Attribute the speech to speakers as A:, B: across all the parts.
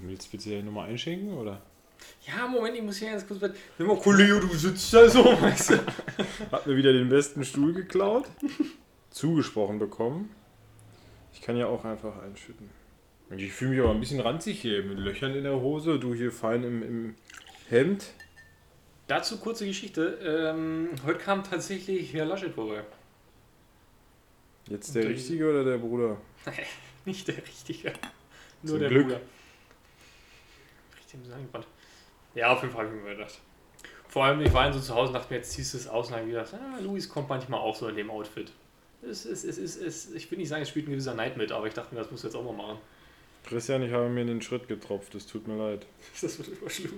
A: Willst du ja nochmal einschenken, oder?
B: Ja, Moment, ich muss hier ganz kurz... Wenn mal, Kollege, du sitzt da so, weißt du.
A: Hat mir wieder den besten Stuhl geklaut. Zugesprochen bekommen. Ich kann ja auch einfach einschütten. Ich fühle mich aber ein bisschen ranzig hier, mit Löchern in der Hose. Du hier fein im Hemd.
B: Dazu kurze Geschichte. Heute kam tatsächlich Herr Laschet vorbei.
A: Jetzt der Richtige oder der Bruder?
B: Nicht der Richtige. Nur
A: Zum
B: der
A: Glück.
B: Bruder. Richtig sagen gewandt. Ja, auf jeden Fall habe ich mir gedacht. Vor allem, ich war dann so zu Hause und dachte mir, jetzt ziehst du es aus und habe gedacht, Luis kommt manchmal auch so in dem Outfit. Ich will nicht sagen, es spielt ein gewisser Neid mit, aber ich dachte mir, das musst du jetzt auch mal machen.
A: Christian, ich habe mir in den Schritt getropft, es tut mir leid.
B: Das wird immer schlimmer.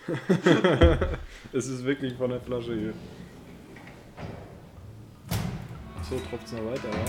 A: Es ist wirklich von der Flasche hier. So, tropft es noch weiter, ja?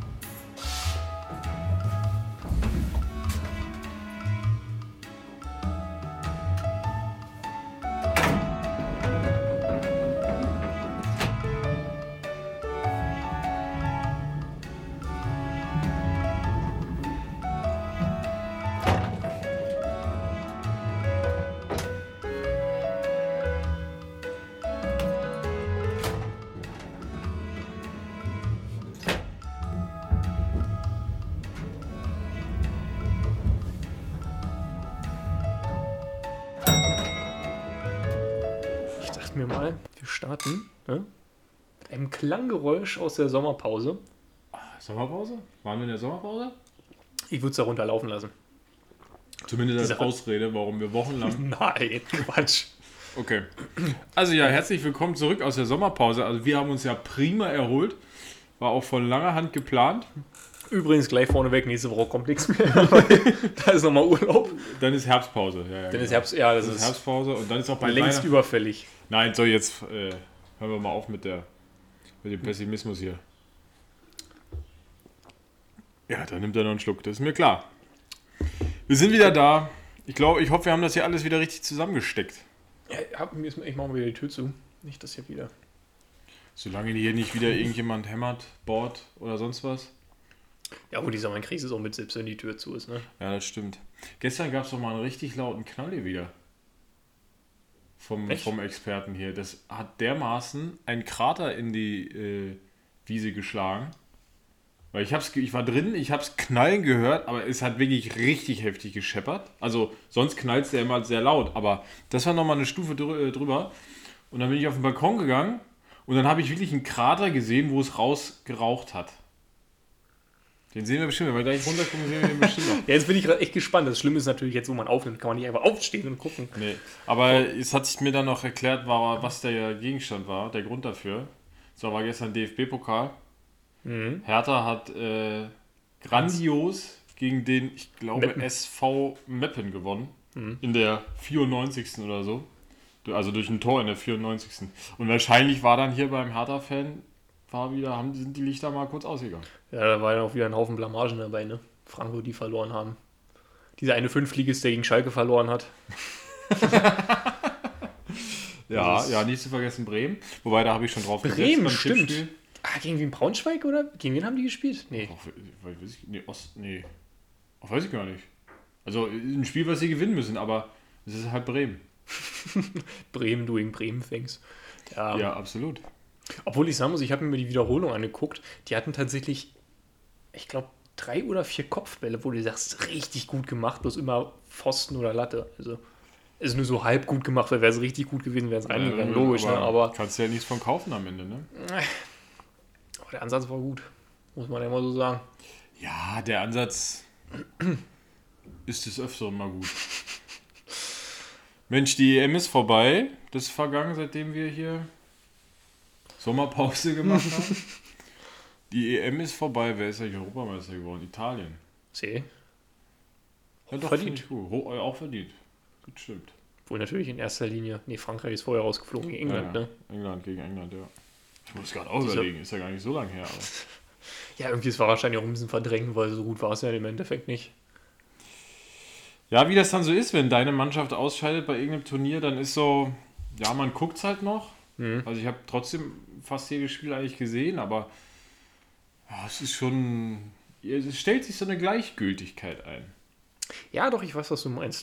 B: Ich dachte mir mal, wir starten mit einem Klanggeräusch aus der Sommerpause.
A: Sommerpause? Waren wir in der Sommerpause?
B: Ich würde es da runterlaufen lassen.
A: Zumindest als
B: Diese-
A: Ausrede, warum wir wochenlang...
B: Nein, Quatsch.
A: Okay. Also ja, herzlich willkommen zurück aus der Sommerpause. Also wir haben uns ja prima erholt. War auch von langer Hand geplant.
B: Übrigens gleich vorneweg, nächste Woche kommt nichts mehr. Da ist nochmal Urlaub.
A: Dann ist Herbstpause. Ja,
B: Dann
A: genau.
B: ist Herbst, ja, das
A: Das ist
B: ist
A: Herbstpause und dann ist auch bei
B: längst
A: Weihnachten...
B: überfällig.
A: Nein, so jetzt hören wir mal auf mit dem Pessimismus hier. Ja, da nimmt er noch einen Schluck, das ist mir klar. Wir sind wieder da. Ich hoffe, wir haben das hier alles wieder richtig zusammengesteckt.
B: Ja, ich mache mal wieder die Tür zu. Nicht, dass hier wieder...
A: Solange hier nicht wieder irgendjemand hämmert, bohrt oder sonst was.
B: Ja gut, ich sag mal, man kriegt es auch mit, selbst wenn die Tür zu ist, ne?
A: Ja, das stimmt. Gestern gab es doch mal einen richtig lauten Knall hier wieder. Vom Experten hier. Das hat dermaßen einen Krater in die Wiese geschlagen. Weil ich war drin, ich hab's knallen gehört, aber es hat wirklich richtig heftig gescheppert. Also sonst knallt es ja immer sehr laut, aber das war nochmal eine Stufe drüber. Und dann bin ich auf den Balkon gegangen und dann habe ich wirklich einen Krater gesehen, wo es rausgeraucht hat. Den sehen wir bestimmt, wenn wir gleich runtergucken, sehen wir den bestimmt noch.
B: Ja, jetzt bin ich gerade echt gespannt. Das Schlimme ist natürlich jetzt, wo man aufnimmt, kann man nicht einfach aufstehen und gucken.
A: Nee, aber es hat sich mir dann noch erklärt, was der Gegenstand war, der Grund dafür. So war gestern DFB-Pokal. Hertha hat grandios gegen den, ich glaube,
B: Meppen.
A: SV Meppen gewonnen. In der 94. oder so. Also durch ein Tor in der 94. Und wahrscheinlich war dann hier beim Hertha-Fan, sind die Lichter mal kurz ausgegangen.
B: Ja, da war ja auch wieder ein Haufen Blamagen dabei, ne? Franco, die verloren haben. Dieser eine Fünftligist, der gegen Schalke verloren hat.
A: Ja, nicht zu vergessen Bremen. Wobei, da habe ich schon drauf
B: Bremen,
A: beim
B: stimmt.
A: Tippspiel.
B: Gegen wen? Braunschweig oder? Gegen wen haben die gespielt? Nee.
A: Weiß ich gar nicht. Also ein Spiel, was sie gewinnen müssen, aber es ist halt Bremen.
B: Bremen, du gegen Bremen fängst. Ja.
A: Ja, absolut.
B: Obwohl ich sagen muss, ich habe mir die Wiederholung angeguckt. Die hatten tatsächlich, ich glaube, 3 oder 4 Kopfbälle, wo du sagst, richtig gut gemacht, bloß immer Pfosten oder Latte. Also ist nur so halb gut gemacht, weil wäre es richtig gut gewesen, wäre es reingegangen, logisch, ne? Aber
A: kannst du ja nichts von kaufen am Ende, ne?
B: der Ansatz war gut, muss man ja mal so sagen.
A: Ja, der Ansatz ist des Öfteren mal gut. Mensch, die EM ist vorbei. Das ist vergangen, seitdem wir hier Sommerpause gemacht haben. Die EM ist vorbei. Wer ist eigentlich Europameister geworden? Italien.
B: See.
A: Ja, doch,
B: Verdient.
A: Auch verdient. Gut, stimmt.
B: Wohl natürlich in erster Linie. Nee, Frankreich ist vorher rausgeflogen gegen England,
A: ja.
B: ne?
A: England gegen England, ja. Ich muss gerade auch überlegen, ist ja gar nicht so lange her. Aber.
B: Ja, irgendwie, es war wahrscheinlich auch ein bisschen verdrängt, weil so gut war es ja im Endeffekt nicht.
A: Ja, wie das dann so ist, wenn deine Mannschaft ausscheidet bei irgendeinem Turnier, dann ist so, ja, man guckt es halt noch. Also ich habe trotzdem fast jedes Spiel eigentlich gesehen, aber ja, es stellt sich so eine Gleichgültigkeit ein.
B: Ja, doch, ich weiß, was du meinst.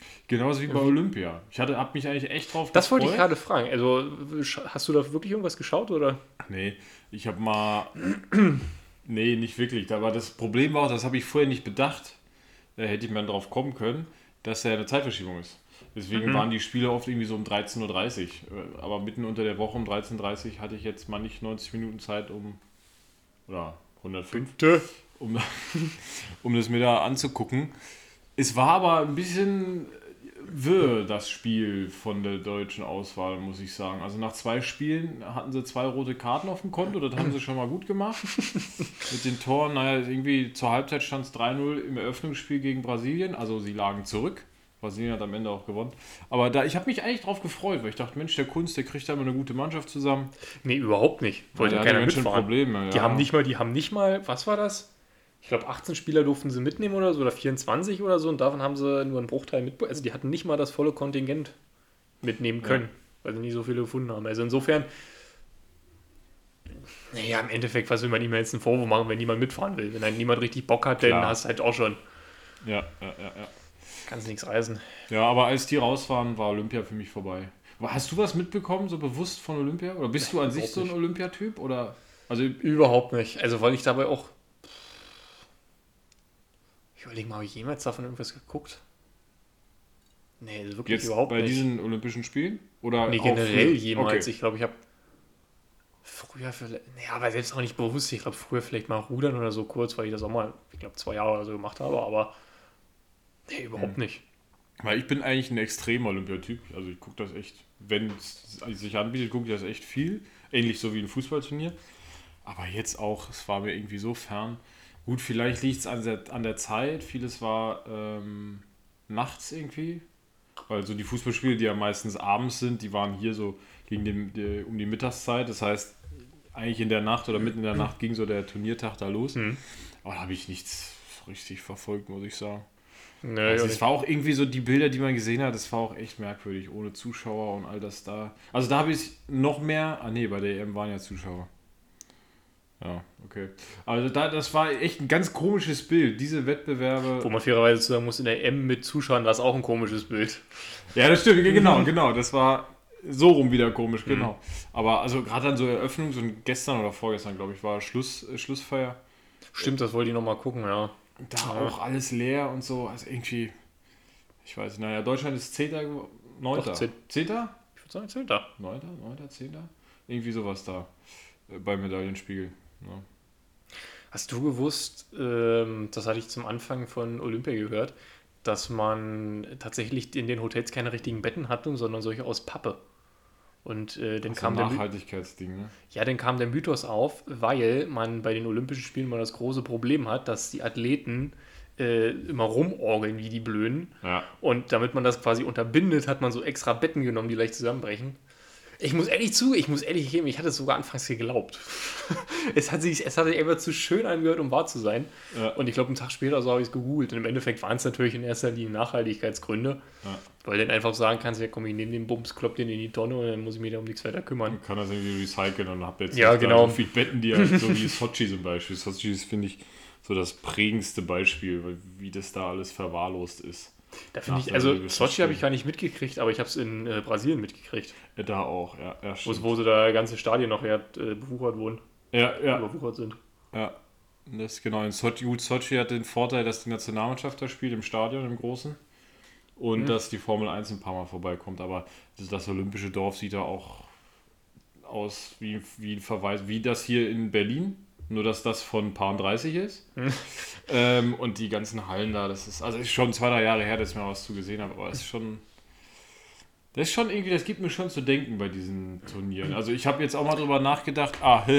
A: Genauso wie bei Olympia. Habe mich eigentlich echt drauf
B: Das wollte ich
A: gefreut.
B: gerade fragen. Also, hast du da wirklich irgendwas geschaut oder?
A: Nee, ich habe mal. Nee, nicht wirklich. Aber das Problem war auch, das habe ich vorher nicht bedacht. Da hätte ich mal drauf kommen können, dass ja eine Zeitverschiebung ist. Deswegen waren die Spiele oft irgendwie so um 13:30 Uhr. Aber mitten unter der Woche um 13:30 Uhr hatte ich jetzt mal nicht 90 Minuten Zeit oder 105,
B: Bitte.
A: um das mir da anzugucken. Es war aber ein bisschen wirr, das Spiel von der deutschen Auswahl, muss ich sagen. Also nach 2 Spielen hatten sie 2 rote Karten auf dem Konto, das haben sie schon mal gut gemacht. Mit den Toren, naja, irgendwie zur Halbzeit stand es 3:0 im Eröffnungsspiel gegen Brasilien, also sie lagen zurück. Brasilien hat am Ende auch gewonnen. Aber ich habe mich eigentlich drauf gefreut, weil ich dachte, Mensch, der Kunst, der kriegt da immer eine gute Mannschaft zusammen.
B: Nee, überhaupt nicht. Wollte
A: Ja,
B: keiner
A: ganz schön
B: mitfahren.
A: Probleme.
B: Die haben nicht mal, was war das? Ich glaube, 18 Spieler durften sie mitnehmen oder so, oder 24 oder so, und davon haben sie nur einen Bruchteil mitbekommen. Also die hatten nicht mal das volle Kontingent mitnehmen können, weil sie nicht so viele gefunden haben. Also insofern, naja, im Endeffekt, was will man ihm jetzt einen Vorwurf machen, wenn niemand mitfahren will? Wenn dann niemand richtig Bock hat, dann
A: Klar.
B: hast du halt auch schon,
A: Ja.
B: kannst nichts reißen.
A: Ja, aber als die raus waren, war Olympia für mich vorbei. Aber hast du was mitbekommen, so bewusst von Olympia? Oder bist du an sich so ein Olympiatyp? Oder? Also,
B: Überhaupt nicht. Also weil ich dabei auch, ich überlege mal, habe ich jemals davon irgendwas geguckt? Nee, also wirklich
A: jetzt
B: überhaupt
A: bei
B: nicht.
A: diesen Olympischen Spielen? Oder
B: Nee,
A: auch
B: generell
A: früher?
B: jemals.
A: Okay.
B: Ich glaube, ich habe früher vielleicht, nee, aber selbst auch nicht bewusst. Ich glaube, früher vielleicht mal rudern oder so kurz, weil ich das auch mal, ich glaube, 2 Jahre oder so gemacht habe, aber nee, überhaupt nicht.
A: Weil ich bin eigentlich ein extremer Olympiatyp. Also ich gucke das echt, wenn es sich anbietet, gucke ich das echt viel. Ähnlich so wie ein Fußballturnier. Aber jetzt auch, es war mir irgendwie so fern. Gut, vielleicht liegt es an der Zeit. Vieles war nachts irgendwie. Weil so die Fußballspiele, die ja meistens abends sind, die waren hier so um die Mittagszeit. Das heißt, eigentlich in der Nacht oder mitten in der Nacht ging so der Turniertag da los. Aber da habe ich nichts so richtig verfolgt, muss ich sagen.
B: Nee,
A: Also es war auch irgendwie so, die Bilder, die man gesehen hat, das war auch echt merkwürdig, ohne Zuschauer und all das da. Also da habe ich noch mehr, bei der EM waren ja Zuschauer. Ja, okay. Also das war echt ein ganz komisches Bild, diese Wettbewerbe.
B: wo man fairerweise sagen muss, in der M mit Zuschauern war es auch ein komisches Bild.
A: Ja, das stimmt, genau, das war so rum wieder komisch, genau. Aber also gerade an so Eröffnung, so gestern oder vorgestern, glaube ich, war Schlussfeier.
B: Stimmt, das wollte ich nochmal gucken, ja.
A: Da auch alles leer und so, also irgendwie, ich weiß nicht, naja, Deutschland ist 10. 9.
B: Doch, 10.
A: 10.?
B: Ich würde sagen, 10.
A: 9., 10. Irgendwie sowas da beim Medaillenspiegel. Ja.
B: Hast du gewusst, das hatte ich zum Anfang von Olympia gehört, dass man tatsächlich in den Hotels keine richtigen Betten hatte, sondern solche aus Pappe. Und dann kam der
A: Nachhaltigkeitsding, ne?
B: dann kam der Mythos auf, weil man bei den Olympischen Spielen mal das große Problem hat, dass die Athleten immer rumorgeln wie die Blöden.
A: Ja.
B: Und damit man das quasi unterbindet, hat man so extra Betten genommen, die leicht zusammenbrechen. Ich muss ehrlich geben, ich hatte es sogar anfangs geglaubt. Es hat sich einfach zu schön angehört, um wahr zu sein.
A: Ja.
B: Und ich glaube, einen Tag später so habe ich es gegoogelt. Und im Endeffekt waren es natürlich in erster Linie Nachhaltigkeitsgründe.
A: Ja.
B: Weil du dann einfach sagen kannst, ja komm, ich nehme den Bums, klopp den in die Tonne und dann muss ich mich da um nichts weiter kümmern.
A: Man kann das irgendwie recyceln und hab jetzt
B: Ja,
A: nicht
B: genau.
A: so viel Betten, die halt so wie Sochi zum Beispiel. Sochi ist, finde ich, so das prägendste Beispiel, wie das da alles verwahrlost ist.
B: Da finde
A: Nach
B: ich,
A: der
B: also
A: Olympischen
B: Sochi habe ich
A: Spiele.
B: gar nicht mitgekriegt, aber ich habe es in Brasilien mitgekriegt.
A: Da auch, ja stimmt.
B: Wo sie da ganze Stadien noch bewuchert wurden,
A: Ja.
B: überwuchert sind.
A: Ja, das genau. In Sochi, Sochi hat den Vorteil, dass die Nationalmannschaft da spielt im Stadion, im Großen. Und dass die Formel 1 ein paar Mal vorbeikommt. Aber das olympische Dorf sieht da auch aus wie ein Verweis, wie das hier in Berlin. Nur, dass das von Paar 30 ist. Und die ganzen Hallen da, das ist schon 2-3 Jahre her, dass ich mal was zu gesehen habe. Aber das ist schon irgendwie, das gibt mir schon zu denken bei diesen Turnieren. Also ich habe jetzt auch mal drüber nachgedacht,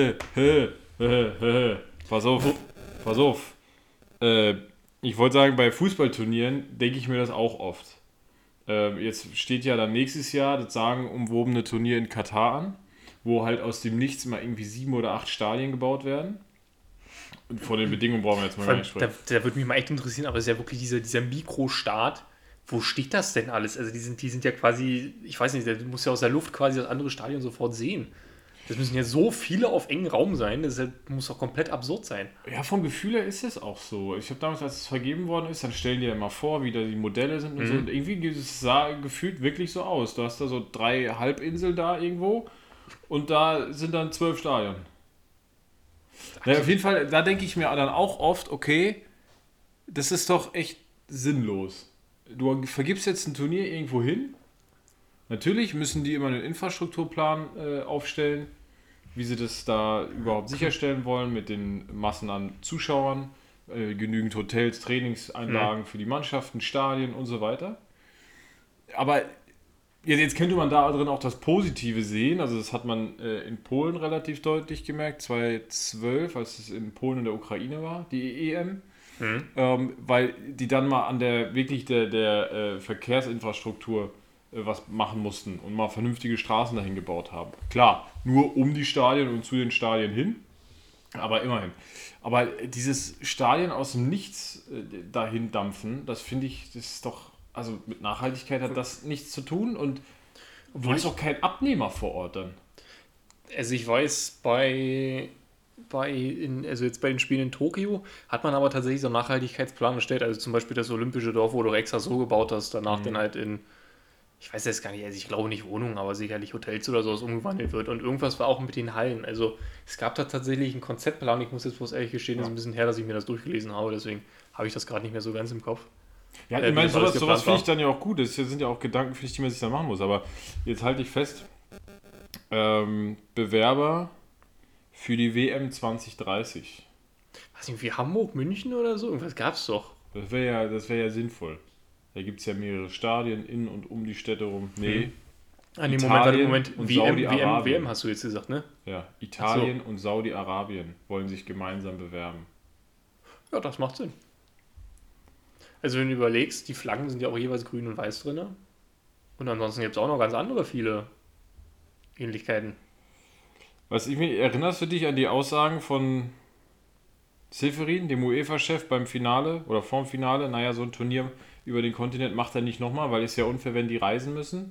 A: pass auf. Ich wollte sagen, bei Fußballturnieren denke ich mir das auch oft. Jetzt steht ja dann nächstes Jahr das sagenumwobene Turnier in Katar an, wo halt aus dem Nichts mal irgendwie 7 oder 8 Stadien gebaut werden. Und vor den Bedingungen brauchen wir jetzt mal gar nicht sprechen.
B: Da würde mich mal echt interessieren, aber es ist ja wirklich dieser Mikrostaat. Wo steht das denn alles? Also die sind ja quasi, ich weiß nicht, du musst ja aus der Luft quasi das andere Stadion sofort sehen. Das müssen ja so viele auf engen Raum sein, das muss doch komplett absurd sein.
A: Ja, vom Gefühl her ist es auch so. Ich habe damals, als es vergeben worden ist, dann stellen die ja immer vor, wie da die Modelle sind und so. Und irgendwie sah gefühlt wirklich so aus. Du hast da so 3 Halbinseln da irgendwo und da sind dann 12 Stadien. Naja, auf jeden Fall, da denke ich mir dann auch oft, okay, das ist doch echt sinnlos. Du vergibst jetzt ein Turnier irgendwo hin. Natürlich müssen die immer einen Infrastrukturplan aufstellen, wie sie das da überhaupt sicherstellen wollen mit den Massen an Zuschauern, genügend Hotels, Trainingseinlagen für die Mannschaften, Stadien und so weiter. Aber jetzt könnte man da drin auch das Positive sehen. Also das hat man in Polen relativ deutlich gemerkt, 2012, als es in Polen und der Ukraine war, die EM. Weil die dann mal an der Verkehrsinfrastruktur was machen mussten und mal vernünftige Straßen dahin gebaut haben. Klar, nur um die Stadien und zu den Stadien hin, aber immerhin. Aber dieses Stadien aus dem Nichts dahin dampfen, das finde ich, das ist doch, also mit Nachhaltigkeit hat das nichts zu tun und du hast auch keinen Abnehmer vor Ort dann.
B: Also ich weiß, also jetzt bei den Spielen in Tokio hat man aber tatsächlich so einen Nachhaltigkeitsplan erstellt. Also zum Beispiel das Olympische Dorf, wo du extra so gebaut hast, danach dann halt in, ich weiß jetzt gar nicht, also ich glaube nicht Wohnungen, aber sicherlich Hotels oder sowas umgewandelt wird. Und irgendwas war auch mit den Hallen. Also es gab da tatsächlich einen Konzeptplan. Ich muss jetzt bloß ehrlich gestehen, das ist ein bisschen her, dass ich mir das durchgelesen habe. Deswegen habe ich das gerade nicht mehr so ganz im Kopf.
A: Ja, ich meine, sowas finde ich dann ja auch gut. Das sind ja auch Gedanken, die man sich da machen muss. Aber jetzt halte ich fest, Bewerber für die WM 2030.
B: Weiß nicht, wie Hamburg, München oder so? Irgendwas gab es doch.
A: Das wäre ja sinnvoll. Da gibt es ja mehrere Stadien in und um die Städte rum. Nee.
B: Moment.
A: Und Saudi-Arabien.
B: WM hast du jetzt gesagt, ne?
A: Ja, Italien und Saudi-Arabien wollen sich gemeinsam bewerben.
B: Ja, das macht Sinn. Also wenn du überlegst, die Flaggen sind ja auch jeweils grün und weiß drin. Und ansonsten gibt es auch noch ganz andere viele Ähnlichkeiten.
A: Erinnerst du dich an die Aussagen von Ceferin, dem UEFA-Chef beim Finale oder vorm Finale? Naja, so ein Turnier über den Kontinent macht er nicht nochmal, weil es ja unfair, wenn die reisen müssen.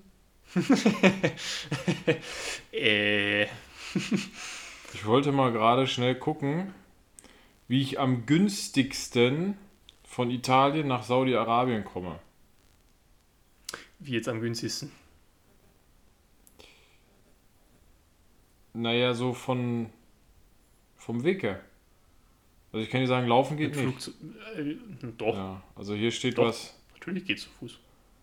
A: Ich wollte mal gerade schnell gucken, wie ich am günstigsten von Italien nach Saudi-Arabien komme.
B: Wie jetzt am günstigsten?
A: Naja, so vom Weg her. Also ich kann dir sagen, laufen geht nicht.
B: Doch.
A: Ja, also hier steht
B: Doch.
A: was.
B: Natürlich geht es zu Fuß.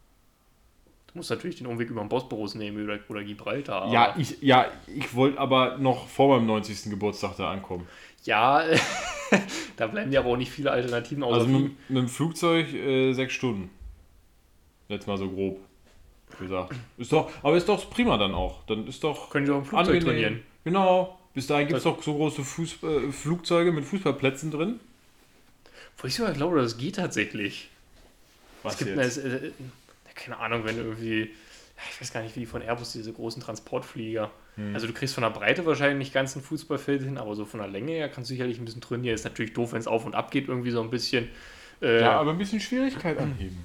B: Du musst natürlich den Umweg über den Bosporus nehmen oder Gibraltar.
A: Ja, ich wollte aber noch vor meinem 90. Geburtstag da ankommen.
B: Ja, da bleiben dir aber auch nicht viele Alternativen außer.
A: Also mit dem Flugzeug 6 Stunden. Jetzt mal so grob gesagt. Ist doch prima dann auch. Dann ist doch.
B: Können Sie auch im Flugzeug trainieren.
A: Genau. Bis dahin gibt es doch so große Flugzeuge mit Fußballplätzen drin.
B: Wo ich sogar glaube, das geht tatsächlich.
A: Was
B: es gibt
A: jetzt?
B: Keine Ahnung, wenn du irgendwie, ich weiß gar nicht, wie von Airbus diese großen Transportflieger. Also du kriegst von der Breite wahrscheinlich nicht ganz ein Fußballfeld hin, aber so von der Länge her kannst du sicherlich ein bisschen trainieren. Ist natürlich doof, wenn es auf und ab geht, irgendwie so ein bisschen.
A: Ja, aber ein bisschen Schwierigkeit anheben.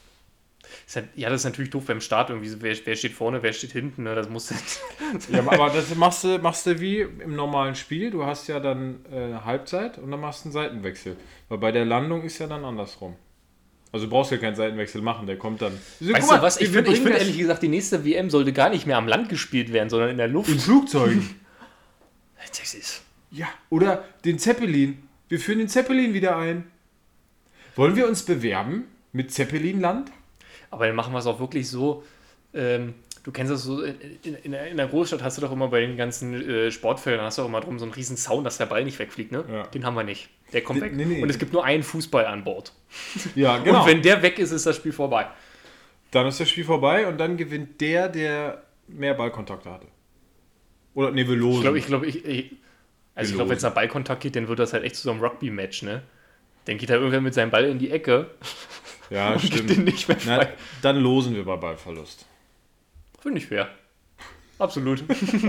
B: Ja, das ist natürlich doof beim Start irgendwie. So, wer steht vorne, wer steht hinten, ne? Das muss
A: Ja, aber das machst du wie im normalen Spiel. Du hast ja dann Halbzeit und dann machst du einen Seitenwechsel. Weil bei der Landung ist ja dann andersrum. Also du brauchst ja keinen Seitenwechsel machen, der kommt dann.
B: Weißt du was, ich finde ehrlich gesagt, die nächste WM sollte gar nicht mehr am Land gespielt werden, sondern in der Luft.
A: In Flugzeugen.
B: Das ist.
A: Ja, oder den Zeppelin. Wir führen den Zeppelin wieder ein. Wollen wir uns bewerben mit Zeppelinland?
B: Aber dann machen wir es auch wirklich so, du kennst das so, in der Großstadt hast du doch immer bei den ganzen Sportfeldern, hast du auch immer drum so einen riesen Zaun, dass der Ball nicht wegfliegt, ne? Ja. Den haben wir nicht. Der kommt weg. Nee. Und es gibt nur einen Fußball an Bord.
A: Ja, genau.
B: Und wenn der weg ist, ist das Spiel vorbei.
A: Dann ist das Spiel vorbei und dann gewinnt der mehr Ballkontakte hatte. Oder, nee, wir losen.
B: Ich glaube, wenn es nach Ballkontakt geht, dann wird das halt echt zu so einem Rugby-Match, ne? Dann geht da irgendwer mit seinem Ball in die Ecke.
A: Ja, stimmt.
B: Den nicht mehr frei.
A: Dann losen wir bei Ballverlust.
B: Finde ich fair. Absolut.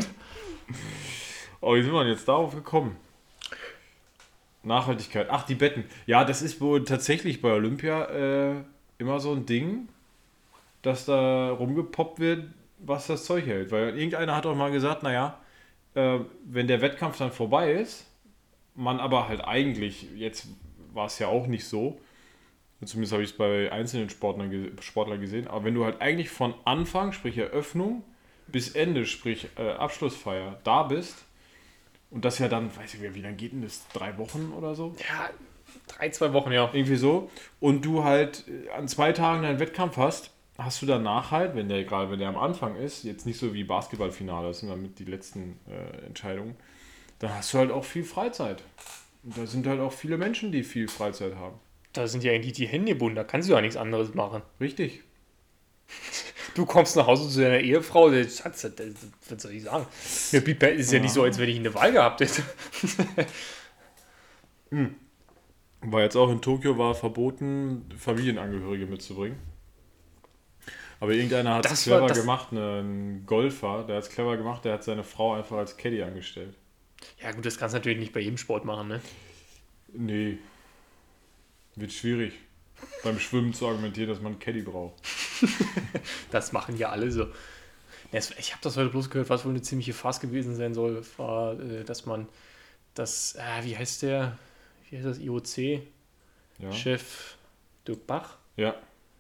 A: Oh, wie sind wir jetzt darauf gekommen? Nachhaltigkeit. Ach, die Betten. Ja, das ist wohl tatsächlich bei Olympia immer so ein Ding, dass da rumgepoppt wird, was das Zeug hält. Weil irgendeiner hat auch mal gesagt, naja, wenn der Wettkampf dann vorbei ist, man aber halt eigentlich, jetzt war es ja auch nicht so, zumindest habe ich es bei einzelnen Sportlern gesehen, aber wenn du halt eigentlich von Anfang, sprich Eröffnung, bis Ende, sprich Abschlussfeier, da bist, und das ja dann, weiß ich nicht, wie lange geht denn das? 3 Wochen oder so?
B: Ja, 2 Wochen, ja.
A: Irgendwie so. Und du halt an 2 Tagen deinen Wettkampf hast du danach halt, wenn der am Anfang ist, jetzt nicht so wie Basketballfinale, das sind damit die letzten Entscheidungen, dann hast du halt auch viel Freizeit. Und da sind halt auch viele Menschen, die viel Freizeit haben.
B: Da sind ja eigentlich die Hände gebunden, da kannst du ja nichts anderes machen.
A: Richtig.
B: Du kommst nach Hause zu deiner Ehefrau, Schatz, was soll ich sagen? Mir ist ja nicht so, als wenn ich eine Wahl gehabt hätte.
A: War jetzt auch in Tokio, war verboten, Familienangehörige mitzubringen. Aber irgendeiner hat es clever gemacht, ein Golfer, der hat es clever gemacht, der hat seine Frau einfach als Caddy angestellt.
B: Ja gut, das kannst du natürlich nicht bei jedem Sport machen, ne?
A: Nee, wird schwierig, beim Schwimmen zu argumentieren, dass man einen Caddy braucht.
B: Das machen ja alle so. Ich habe das heute bloß gehört, was wohl eine ziemliche Farce gewesen sein soll, war, dass man wie heißt der? Wie heißt das? IOC?
A: Ja.
B: Chef Dirk Bach?
A: Ja.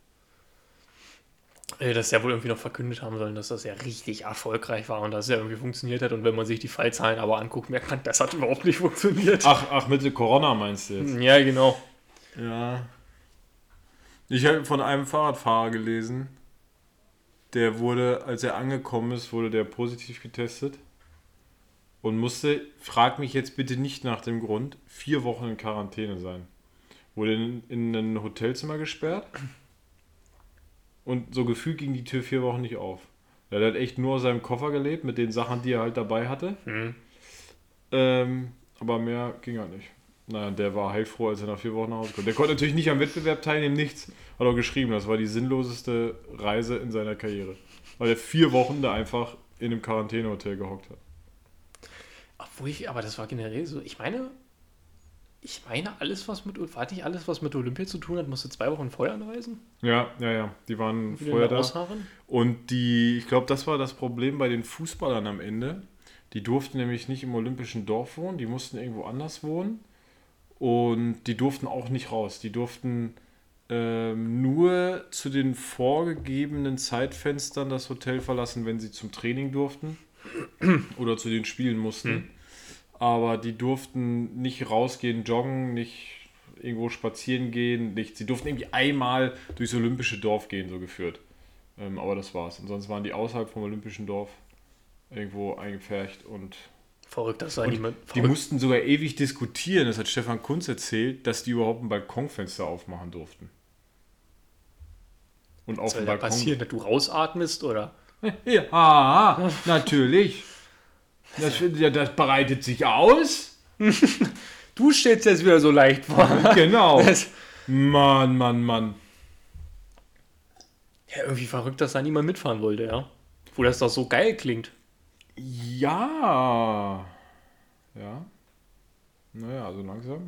B: Dass ja wohl irgendwie noch verkündet haben sollen, dass das ja richtig erfolgreich war und dass es ja irgendwie funktioniert hat. Und wenn man sich die Fallzahlen aber anguckt, merkt man, das hat überhaupt nicht funktioniert.
A: Ach, mit Corona meinst du jetzt?
B: Ja, genau.
A: Ja. Ich habe von einem Fahrradfahrer gelesen, der wurde, als er angekommen ist, wurde der positiv getestet und musste, frag mich jetzt bitte nicht nach dem Grund, 4 Wochen in Quarantäne sein. Wurde in ein Hotelzimmer gesperrt und so gefühlt ging die Tür 4 Wochen nicht auf. Er hat halt echt nur aus seinem Koffer gelebt, mit den Sachen, die er halt dabei hatte. Aber mehr ging halt nicht. Naja, der war heilfroh, als er nach 4 Wochen nach Hause kommt. Der konnte natürlich nicht am Wettbewerb teilnehmen, nichts. Hat auch geschrieben, das war die sinnloseste Reise in seiner Karriere. Weil er 4 Wochen da einfach in einem Quarantänehotel gehockt hat.
B: Aber das war generell so, ich meine, alles, was mit Olympia zu tun hat, musste 2 Wochen vorher anreisen?
A: Ja, die waren vorher da. Und ich glaube, das war das Problem bei den Fußballern am Ende. Die durften nämlich nicht im olympischen Dorf wohnen, die mussten irgendwo anders wohnen. Und die durften auch nicht raus. Die durften nur zu den vorgegebenen Zeitfenstern das Hotel verlassen, wenn sie zum Training durften oder zu den Spielen mussten. Aber die durften nicht rausgehen, joggen, nicht irgendwo spazieren gehen, nichts. Sie durften irgendwie einmal durchs olympische Dorf gehen, so geführt. Aber das war's. Und sonst waren die außerhalb vom olympischen Dorf irgendwo eingepfercht und
B: verrückt, dass da niemand.
A: Die mussten sogar ewig diskutieren, das hat Stefan Kunz erzählt, dass die überhaupt ein Balkonfenster aufmachen durften. Und auf dem Balkon.
B: Passiert, dass du rausatmest, oder?
A: Ja, natürlich. Das bereitet sich aus.
B: Du stellst jetzt wieder so leicht vor.
A: Genau. Mann.
B: Ja, irgendwie verrückt, dass da niemand mitfahren wollte, ja. Wo das doch so geil klingt.
A: Ja. Naja, so langsam.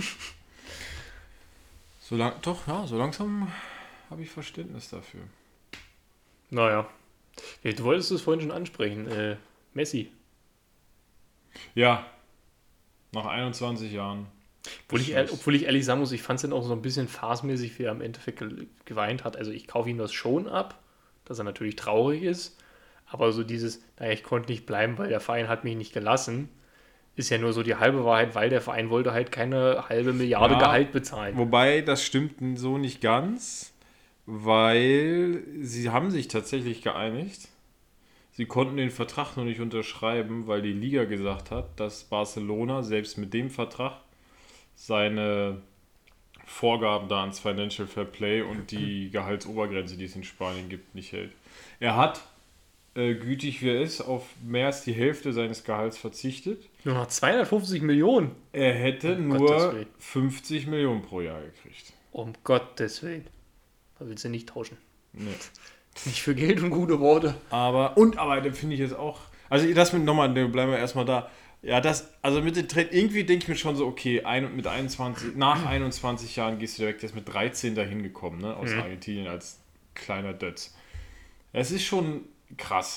A: So langsam habe ich Verständnis dafür.
B: Naja. Ja, du wolltest es vorhin schon ansprechen. Messi.
A: Ja. Nach 21 Jahren.
B: Obwohl ich ehrlich sagen muss, ich fand es dann auch so ein bisschen farcemäßig, wie er im Endeffekt geweint hat. Also ich kaufe ihm das schon ab, dass er natürlich traurig ist. Aber so dieses, ich konnte nicht bleiben, weil der Verein hat mich nicht gelassen, ist ja nur so die halbe Wahrheit, weil der Verein wollte halt keine halbe Milliarde Gehalt bezahlen.
A: Wobei, das stimmt so nicht ganz, weil sie haben sich tatsächlich geeinigt. Sie konnten den Vertrag noch nicht unterschreiben, weil die Liga gesagt hat, dass Barcelona selbst mit dem Vertrag seine Vorgaben da ans Financial Fair Play und die Gehaltsobergrenze, die es in Spanien gibt, nicht hält. Er hat, gütig wie er ist, auf mehr als die Hälfte seines Gehalts verzichtet.
B: Nur noch 250 Millionen?
A: Er hätte nur 50 Millionen pro Jahr gekriegt.
B: Um Gottes Willen. Da willst du nicht tauschen.
A: Nee.
B: Nicht für Geld und gute Worte.
A: Aber da finde ich es auch. Also bleiben wir erstmal da. Ja, also mit den Trend, irgendwie denke ich mir schon so, okay, nach 21 Jahren gehst du direkt, der ist mit 13 dahin gekommen, ne, aus Argentinien als kleiner Dötz. Es ist schon krass.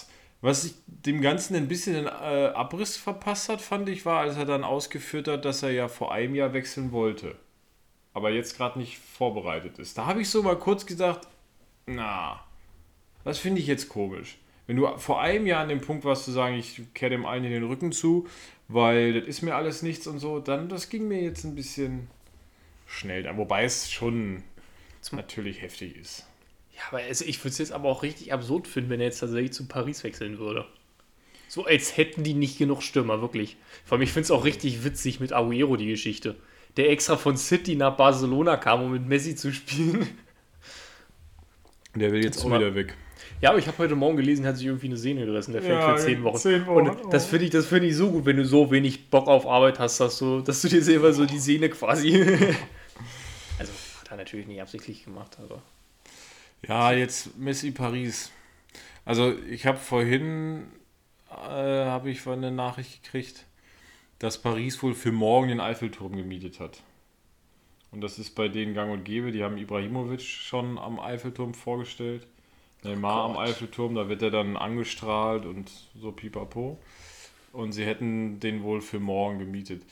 A: Was ich dem Ganzen ein bisschen den Abriss verpasst hat, fand ich, war, als er dann ausgeführt hat, dass er ja vor einem Jahr wechseln wollte. Aber jetzt gerade nicht vorbereitet ist. Da habe ich so mal kurz gesagt, na, das finde ich jetzt komisch. Wenn du vor einem Jahr an dem Punkt warst, zu sagen, ich kehre dem einen in den Rücken zu, weil das ist mir alles nichts und so, dann das ging mir jetzt ein bisschen schnell an. Wobei es schon natürlich heftig ist.
B: Ja, aber also ich würde es jetzt aber auch richtig absurd finden, wenn er jetzt tatsächlich zu Paris wechseln würde. So als hätten die nicht genug Stürmer, wirklich. Vor allem, ich finde es auch richtig witzig mit Agüero, die Geschichte. Der extra von City nach Barcelona kam, um mit Messi zu spielen.
A: Der will jetzt auch wieder weg.
B: Ja, aber ich habe heute Morgen gelesen, hat sich irgendwie eine Sehne gerissen. Der fällt für 10 Wochen. 10 Wochen. Und das finde ich so gut, wenn du so wenig Bock auf Arbeit hast, dass du dir selber so die Sehne quasi... Also, hat er natürlich nicht absichtlich gemacht, aber...
A: Ja, jetzt Messi Paris. Also, ich habe vorhin eine Nachricht gekriegt, dass Paris wohl für morgen den Eiffelturm gemietet hat. Und das ist bei denen gang und gäbe. Die haben Ibrahimovic schon am Eiffelturm vorgestellt. Neymar am Eiffelturm, da wird er dann angestrahlt und so pipapo. Und sie hätten den wohl für morgen gemietet.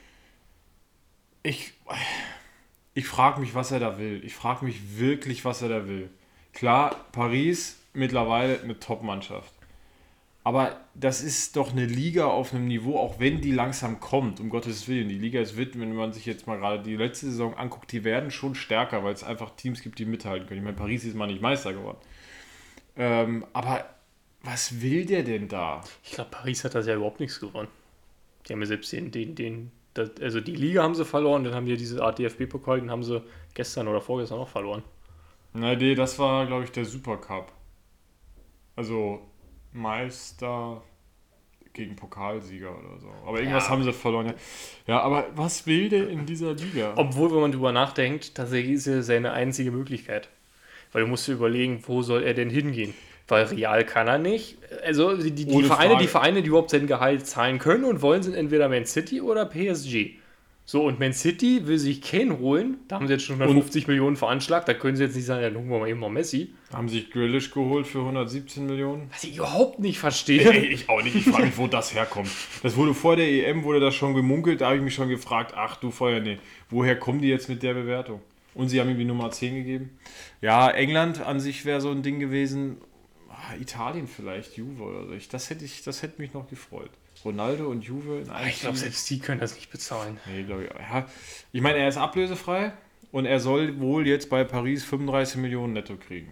A: Ich frage mich, was er da will. Ich frage mich wirklich, was er da will. Klar, Paris mittlerweile eine Top-Mannschaft. Aber das ist doch eine Liga auf einem Niveau, auch wenn die langsam kommt, um Gottes Willen. Die Liga ist, wenn man sich jetzt mal gerade die letzte Saison anguckt, die werden schon stärker, weil es einfach Teams gibt, die mithalten können. Ich meine, Paris ist mal nicht Meister geworden. Aber was will der denn da?
B: Ich glaube, Paris hat das ja überhaupt nichts gewonnen. Die haben ja selbst also die Liga haben sie verloren, dann haben die diese Art DFB-Pokal, den haben sie gestern oder vorgestern auch verloren.
A: Nee, das war, glaube ich, der Supercup. Also Meister gegen Pokalsieger oder so. Aber irgendwas haben sie verloren. Ja, aber was will der in dieser Liga?
B: Obwohl, wenn man drüber nachdenkt, tatsächlich ist ja seine einzige Möglichkeit. Weil du musst dir überlegen, wo soll er denn hingehen? Weil Real kann er nicht. Also die Vereine, die überhaupt sein Gehalt zahlen können und wollen, sind entweder Man City oder PSG. So, und Man City will sich Kane holen. Da haben sie jetzt schon 150 Millionen veranschlagt. Da können sie jetzt nicht sagen, ja, dann holen wir mal eben mal Messi.
A: Haben sich Grealish geholt für 117 Millionen?
B: Was ich überhaupt nicht verstehe.
A: Ich auch nicht. Ich frage mich, wo das herkommt. Das wurde vor der EM, wurde das schon gemunkelt. Da habe ich mich schon gefragt, ach du Feuer, nee. Woher kommen die jetzt mit der Bewertung? Und sie haben ihm die Nummer 10 gegeben. Ja, England an sich wäre so ein Ding gewesen. Italien vielleicht, Juve oder so. Das hätte mich noch gefreut. Ronaldo und Juve in einem
B: Ich glaube, selbst die können das nicht bezahlen.
A: Nee, glaube ich. Ja. Ich meine, er ist ablösefrei und er soll wohl jetzt bei Paris 35 Millionen netto kriegen.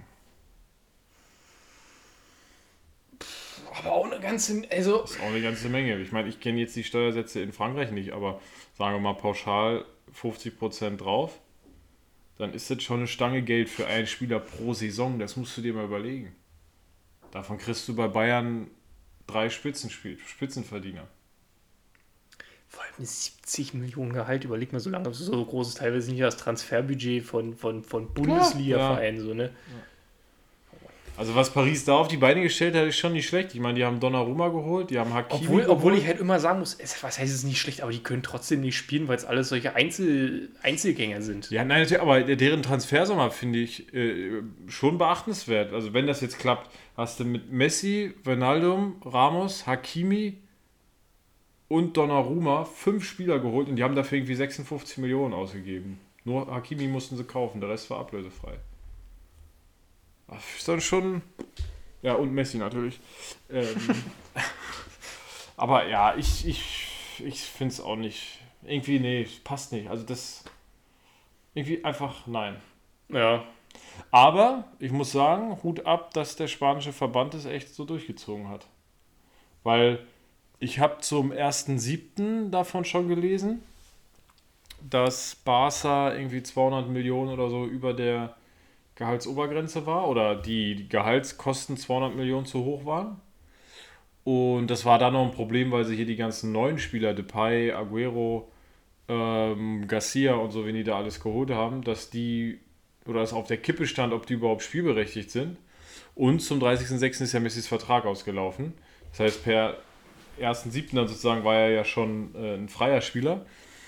B: Aber auch eine ganze... Also
A: das ist auch eine ganze Menge. Ich meine, ich kenne jetzt die Steuersätze in Frankreich nicht, aber sagen wir mal pauschal 50% drauf. Dann ist das schon eine Stange Geld für einen Spieler pro Saison. Das musst du dir mal überlegen. Davon kriegst du bei Bayern 3 Spitzenverdiener.
B: Vor allem 70 Millionen Gehalt, überleg mal, so lange so groß ist teilweise nicht das Transferbudget von Bundesliga-Vereinen. Ja. So, ne?
A: Also was Paris da auf die Beine gestellt hat, ist schon nicht schlecht. Ich meine, die haben Donnarumma geholt, die haben Hakimi geholt.
B: Obwohl ich halt immer sagen muss, was heißt es nicht schlecht, aber die können trotzdem nicht spielen, weil es alles solche Einzelgänger sind.
A: Ja, nein, natürlich, aber deren Transfersommer finde ich schon beachtenswert. Also wenn das jetzt klappt, hast du mit Messi, Wijnaldum, Ramos, Hakimi und Donnarumma 5 Spieler geholt und die haben dafür irgendwie 56 Millionen ausgegeben. Nur Hakimi mussten sie kaufen, der Rest war ablösefrei. Das ist dann schon... Ja, und Messi natürlich. Aber ja, ich finde es auch nicht... Irgendwie, nee, passt nicht. Also das... Irgendwie einfach nein.
B: Ja.
A: Aber ich muss sagen, Hut ab, dass der spanische Verband es echt so durchgezogen hat. Weil ich habe zum 1.7. davon schon gelesen, dass Barca irgendwie 200 Millionen oder so über der Gehaltsobergrenze war oder die Gehaltskosten 200 Millionen zu hoch waren. Und das war dann noch ein Problem, weil sie hier die ganzen neuen Spieler, Depay, Agüero, Garcia und so, wenn die da alles geholt haben, dass die, oder es auf der Kippe stand, ob die überhaupt spielberechtigt sind. Und zum 30.06. ist ja Messis Vertrag ausgelaufen. Das heißt, per 1.07. dann sozusagen war er ja schon ein freier Spieler.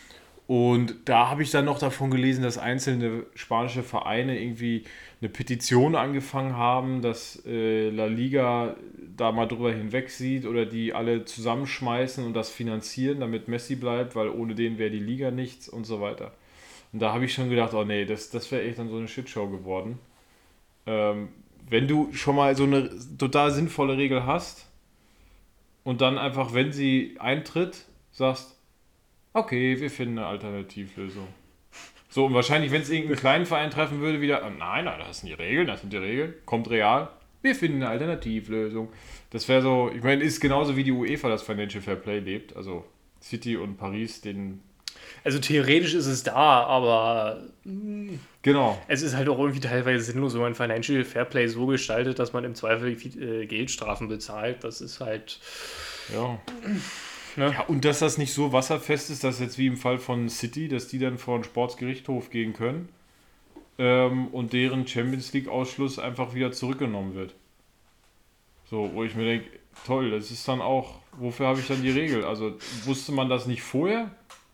A: Und da habe ich dann noch davon gelesen, dass einzelne spanische Vereine irgendwie eine Petition angefangen haben, dass La Liga da mal drüber hinwegsieht oder die alle zusammenschmeißen und das finanzieren, damit Messi bleibt, weil ohne den wäre die Liga nichts und so weiter. Und da habe ich schon gedacht, oh nee, das wäre echt dann so eine Shitshow geworden. Wenn du schon mal so eine total sinnvolle Regel hast und dann einfach, wenn sie eintritt, sagst, okay, wir finden eine Alternativlösung. So, und wahrscheinlich, wenn es irgendeinen kleinen Verein treffen würde, wieder, nein, das sind die Regeln, kommt real, wir finden eine Alternativlösung. Das wäre so, ich meine, ist genauso wie die UEFA das Financial Fair Play lebt, also City und Paris,
B: Also theoretisch ist es da, aber
A: genau.
B: es ist halt auch irgendwie teilweise sinnlos, wenn man Financial Fairplay so gestaltet, dass man im Zweifel Geldstrafen bezahlt. Das ist halt...
A: Ja.
B: Ne?
A: Ja, und dass das nicht so wasserfest ist, dass jetzt wie im Fall von City, dass die dann vor den Sportsgerichtshof gehen können und deren Champions League Ausschluss einfach wieder zurückgenommen wird. So, wo ich mir denke, toll, das ist dann auch, wofür habe ich dann die Regel? Also wusste man das nicht vorher?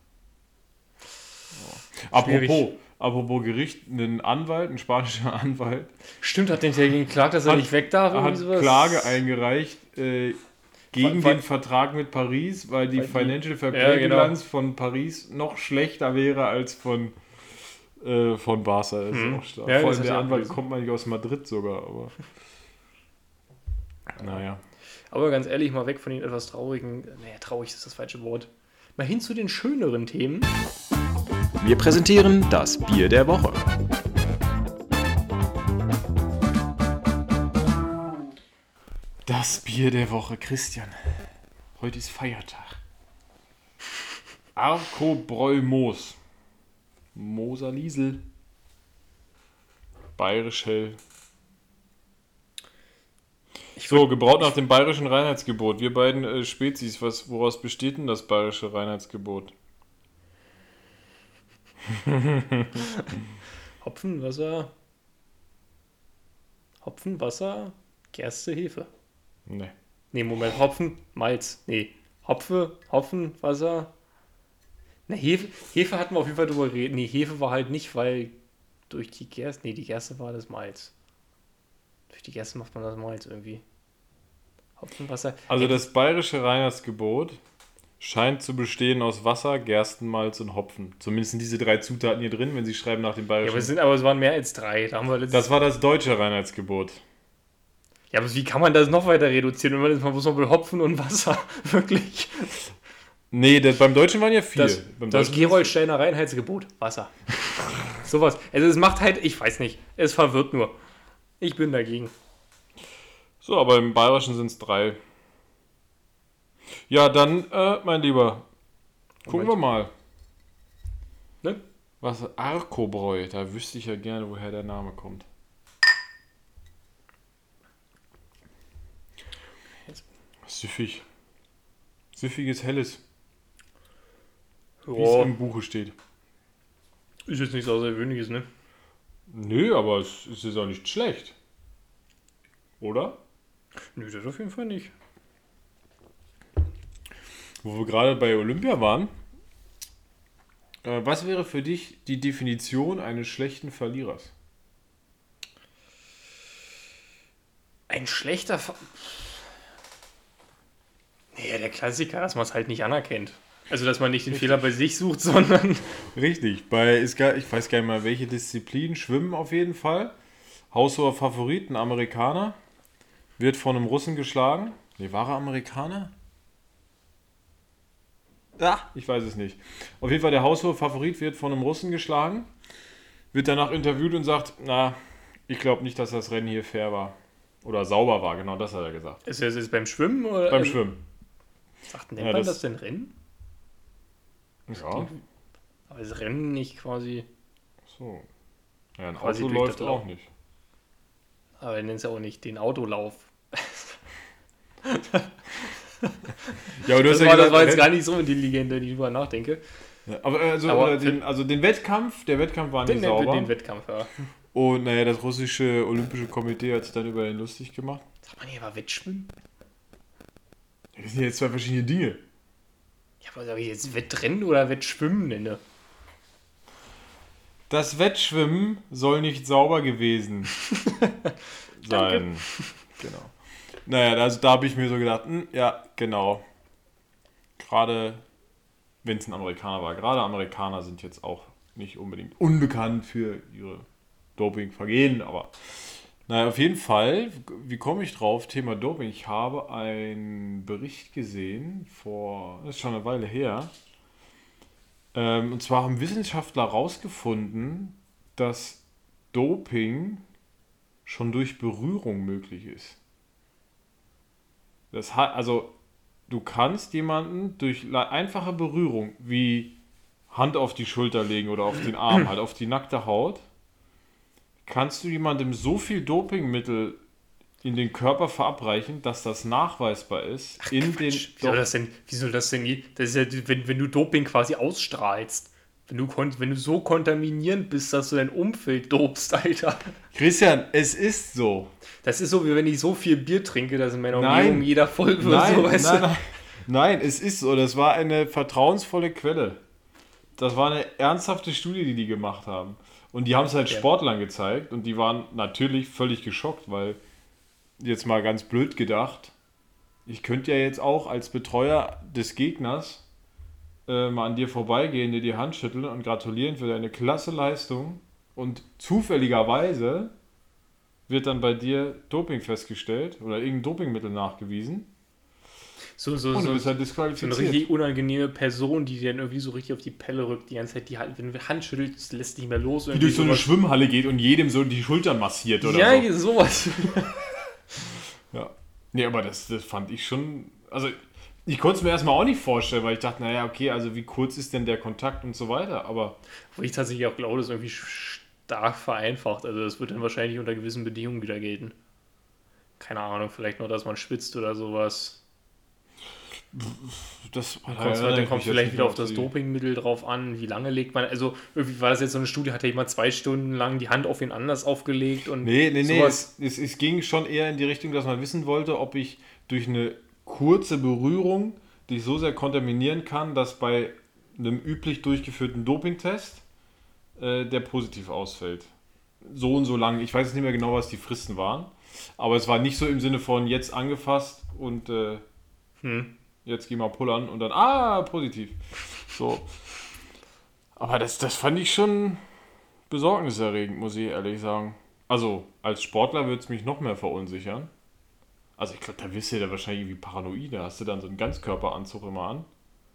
A: Ja. Apropos Gericht, ein spanischer Anwalt.
B: Stimmt, hat den dagegen geklagt, dass er nicht weg darf?
A: Hat Klage eingereicht gegen den Vertrag mit Paris, weil die Financial Fair Play Bilanz von Paris noch schlechter wäre als von Barca. Das ist auch stark.
B: Ja,
A: vor allem der Anwalt kommt man nicht aus Madrid sogar, aber naja.
B: Aber ganz ehrlich, mal weg von den etwas traurigen, traurig ist das falsche Wort, mal hin zu den schöneren Themen.
C: Wir präsentieren das Bier der Woche.
A: Das Bier der Woche, Christian. Heute ist Feiertag. Arkobräu Moos. Moser Liesel. Bayerisch hell. So, gebraut nach dem bayerischen Reinheitsgebot. Wir beiden Spezies, woraus besteht denn das bayerische Reinheitsgebot?
B: Hopfen, Wasser, Gerste, Hefe. Nee, Moment, Hopfen, Malz. Nee, Hopfen, Wasser. Na, Hefe hatten wir auf jeden Fall drüber geredet. Nee, Hefe war halt nicht, weil durch die Gerste. Nee, die Gerste war das Malz. Durch die Gerste macht man das Malz irgendwie. Hopfen, Wasser.
A: Also das bayerische Reinheitsgebot scheint zu bestehen aus Wasser, Gerstenmalz und Hopfen. Zumindest sind diese 3 Zutaten hier drin, wenn Sie schreiben nach dem bayerischen.
B: Ja, aber es waren mehr als 3.
A: Das war das deutsche Reinheitsgebot.
B: Ja, aber wie kann man das noch weiter reduzieren? Man muss noch mit Hopfen und Wasser. Wirklich.
A: Nee, beim Deutschen waren ja 4.
B: Das Geroldsteiner Reinheitsgebot. Wasser. Sowas. Also es macht halt, ich weiß nicht, es verwirrt nur. Ich bin dagegen.
A: So, aber im Bayerischen sind es 3. Ja, dann, mein Lieber, gucken wir mal.
B: Ne?
A: Was Arkobräu, da wüsste ich ja gerne, woher der Name kommt. Süffig. Süffiges Helles. Wie es im Buche steht.
B: Ist jetzt nichts Außergewöhnliches, ne?
A: Nö, aber es ist jetzt auch nicht schlecht. Oder?
B: Nö, das auf jeden Fall nicht.
A: Wo wir gerade bei Olympia waren. Was wäre für dich die Definition eines schlechten Verlierers?
B: Ein schlechter Naja, der Klassiker, dass man es halt nicht anerkennt. Also, dass man nicht den Fehler bei sich sucht, sondern...
A: Richtig. Ich weiß gar nicht mal, welche Disziplin. Schwimmen auf jeden Fall. Haushoher Favorit, ein Amerikaner. Wird von einem Russen geschlagen. Nee, war er Amerikaner? Ich weiß es nicht. Auf jeden Fall der haushohe Favorit wird von einem Russen geschlagen. Wird danach interviewt und sagt, ich glaube nicht, dass das Rennen hier fair war. Oder sauber war, genau das hat er gesagt.
B: Ist das jetzt beim Schwimmen? Oder?
A: Beim Schwimmen.
B: Nennt man das denn Rennen?
A: Ja.
B: Aber ist Rennen nicht quasi...
A: So. Ja, ein Auto läuft auch nicht.
B: Aber er nennt es ja auch nicht den Autolauf.
A: Ja, aber
B: das war jetzt gar nicht so intelligent, wenn ich drüber nachdenke.
A: Ja, aber den Wettkampf, der Wettkampf war nicht sauber.
B: Den Wettkampf, ja.
A: Und das russische Olympische Komitee hat sich dann über ihn lustig gemacht.
B: Sagt man hier aber Wettschwimmen?
A: Das sind jetzt 2 verschiedene Dinge.
B: Ja, aber soll ich jetzt Wettrennen oder Wettschwimmen nenne?
A: Das Wettschwimmen soll nicht sauber gewesen sein. Genau. Naja, also da habe ich mir so gedacht, ja, genau. Gerade wenn es ein Amerikaner war. Gerade Amerikaner sind jetzt auch nicht unbedingt unbekannt für ihre Dopingvergehen, aber naja, auf jeden Fall, wie komme ich drauf? Thema Doping. Ich habe einen Bericht gesehen, das ist schon eine Weile her. Und zwar haben Wissenschaftler herausgefunden, dass Doping schon durch Berührung möglich ist. Das hat, also du kannst jemanden durch einfache Berührung, wie Hand auf die Schulter legen oder auf den Arm, halt auf die nackte Haut, kannst du jemandem so viel Dopingmittel in den Körper verabreichen, dass das nachweisbar ist.
B: Ach, wie soll das denn gehen? Das ist ja, wenn du Doping quasi ausstrahlst. Wenn du so kontaminierend bist, dass du dein Umfeld dopst, Alter.
A: Christian, es ist so.
B: Das ist so, wie wenn ich so viel Bier trinke, dass in meiner Umgebung jeder voll wird.
A: Nein, es ist so. Das war eine vertrauensvolle Quelle. Das war eine ernsthafte Studie, die gemacht haben. Und die haben es halt Sportlern gezeigt und die waren natürlich völlig geschockt, weil, jetzt mal ganz blöd gedacht, ich könnte ja jetzt auch als Betreuer des Gegners mal an dir vorbeigehen, dir die Hand schütteln und gratulieren für deine klasse Leistung und zufälligerweise wird dann bei dir Doping festgestellt oder irgendein Dopingmittel nachgewiesen. Und du bist halt disqualifiziert.
B: So eine richtig unangenehme Person, die dir dann irgendwie so richtig auf die Pelle rückt, die ganze Zeit wenn du die Hand schüttelst, lässt dich nicht mehr los.
A: Die durch so eine Schwimmhalle geht und jedem so die Schultern massiert oder so.
B: Ja, sowas.
A: Ja. Nee, aber das fand ich schon, also ich konnte es mir erstmal auch nicht vorstellen, weil ich dachte, naja, okay, also wie kurz ist denn der Kontakt und so weiter, aber...
B: Wo ich tatsächlich auch glaube, das ist irgendwie stark vereinfacht, also das wird dann wahrscheinlich unter gewissen Bedingungen wieder gelten. Keine Ahnung, vielleicht nur, dass man schwitzt oder sowas. Dann kommt vielleicht wieder auf das Dopingmittel drauf an, wie lange legt man, also irgendwie war das jetzt so eine Studie, hat ja jemand 2 Stunden lang die Hand auf wen anders aufgelegt und sowas.
A: Nee, es ging schon eher in die Richtung, dass man wissen wollte, ob ich durch eine kurze Berührung dich so sehr kontaminieren kann, dass bei einem üblich durchgeführten Dopingtest der positiv ausfällt. So und so lang, ich weiß jetzt nicht mehr genau, was die Fristen waren, aber es war nicht so im Sinne von jetzt angefasst und jetzt geh mal pullern und dann, positiv. So. Aber das fand ich schon besorgniserregend, muss ich ehrlich sagen. Also, als Sportler würde es mich noch mehr verunsichern. Also, ich glaube, da wirst du ja wahrscheinlich irgendwie paranoid. Da hast du dann so einen Ganzkörperanzug immer an.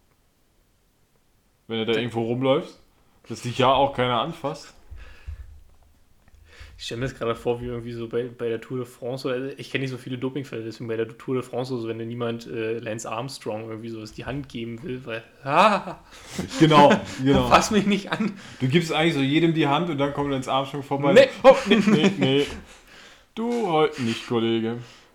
A: Wenn du da irgendwo rumläufst, dass dich ja auch keiner anfasst.
B: Ich stelle mir das gerade vor, wie irgendwie so bei der Tour de France, also ich kenne nicht so viele Dopingfälle, deswegen bei der Tour de France, also wenn dir niemand Lance Armstrong irgendwie sowas die Hand geben will, weil,
A: Genau.
B: Fass mich nicht an.
A: Du gibst eigentlich so jedem die Hand und dann kommt Lance Armstrong vorbei. Nee. Du heute nicht, Kollege.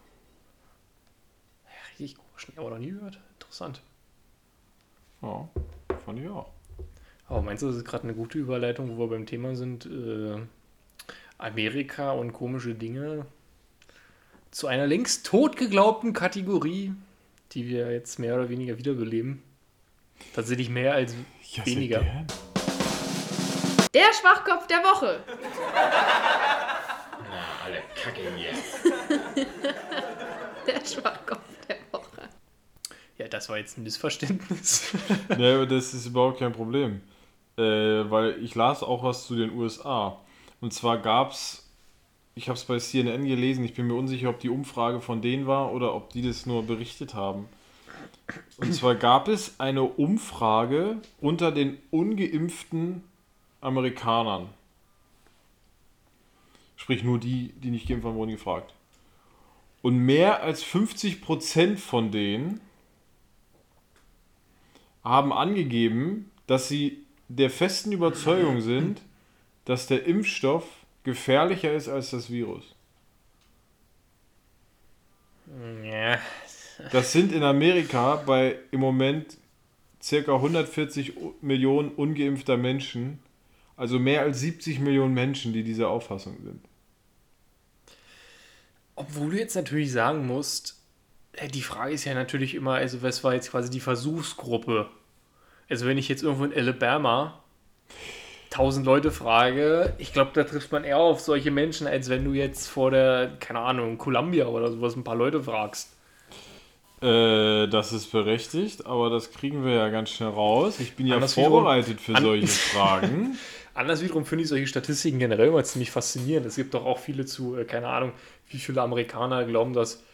B: Ja, richtig komisch, aber noch nie gehört. Interessant.
A: Ja, fand ich auch.
B: Aber meinst du, das ist gerade eine gute Überleitung, wo wir beim Thema sind, Amerika und komische Dinge zu einer längst tot geglaubten Kategorie, die wir jetzt mehr oder weniger wiederbeleben. Tatsächlich mehr als weniger.
D: Der Schwachkopf der Woche.
B: Na, alle Kacke hier.
D: Der Schwachkopf der Woche.
B: Ja, das war jetzt ein Missverständnis.
A: Nee, aber das ist überhaupt kein Problem. Weil ich las auch was zu den USA. Und zwar gab's, ich habe es bei CNN gelesen, ich bin mir unsicher, ob die Umfrage von denen war oder ob die das nur berichtet haben. Und zwar gab es eine Umfrage unter den ungeimpften Amerikanern. Sprich, nur die nicht geimpft waren, wurden gefragt. Und mehr als 50% von denen haben angegeben, dass sie der festen Überzeugung sind, dass der Impfstoff gefährlicher ist als das Virus.
B: Ja.
A: Das sind in Amerika bei im Moment ca. 140 Millionen ungeimpfter Menschen, also mehr als 70 Millionen Menschen, die dieser Auffassung sind.
B: Obwohl du jetzt natürlich sagen musst, die Frage ist ja natürlich immer, also was war jetzt quasi die Versuchsgruppe? Also wenn ich jetzt irgendwo in Alabama 1000 Leute frage, ich glaube, da trifft man eher auf solche Menschen, als wenn du jetzt vor der, keine Ahnung, Columbia oder sowas ein paar Leute fragst.
A: Das ist berechtigt, aber das kriegen wir ja ganz schnell raus. Ich bin ja vorbereitet für solche Fragen.
B: Anders wiederum finde ich solche Statistiken generell immer ziemlich faszinierend. Es gibt doch auch viele keine Ahnung, wie viele Amerikaner glauben, dass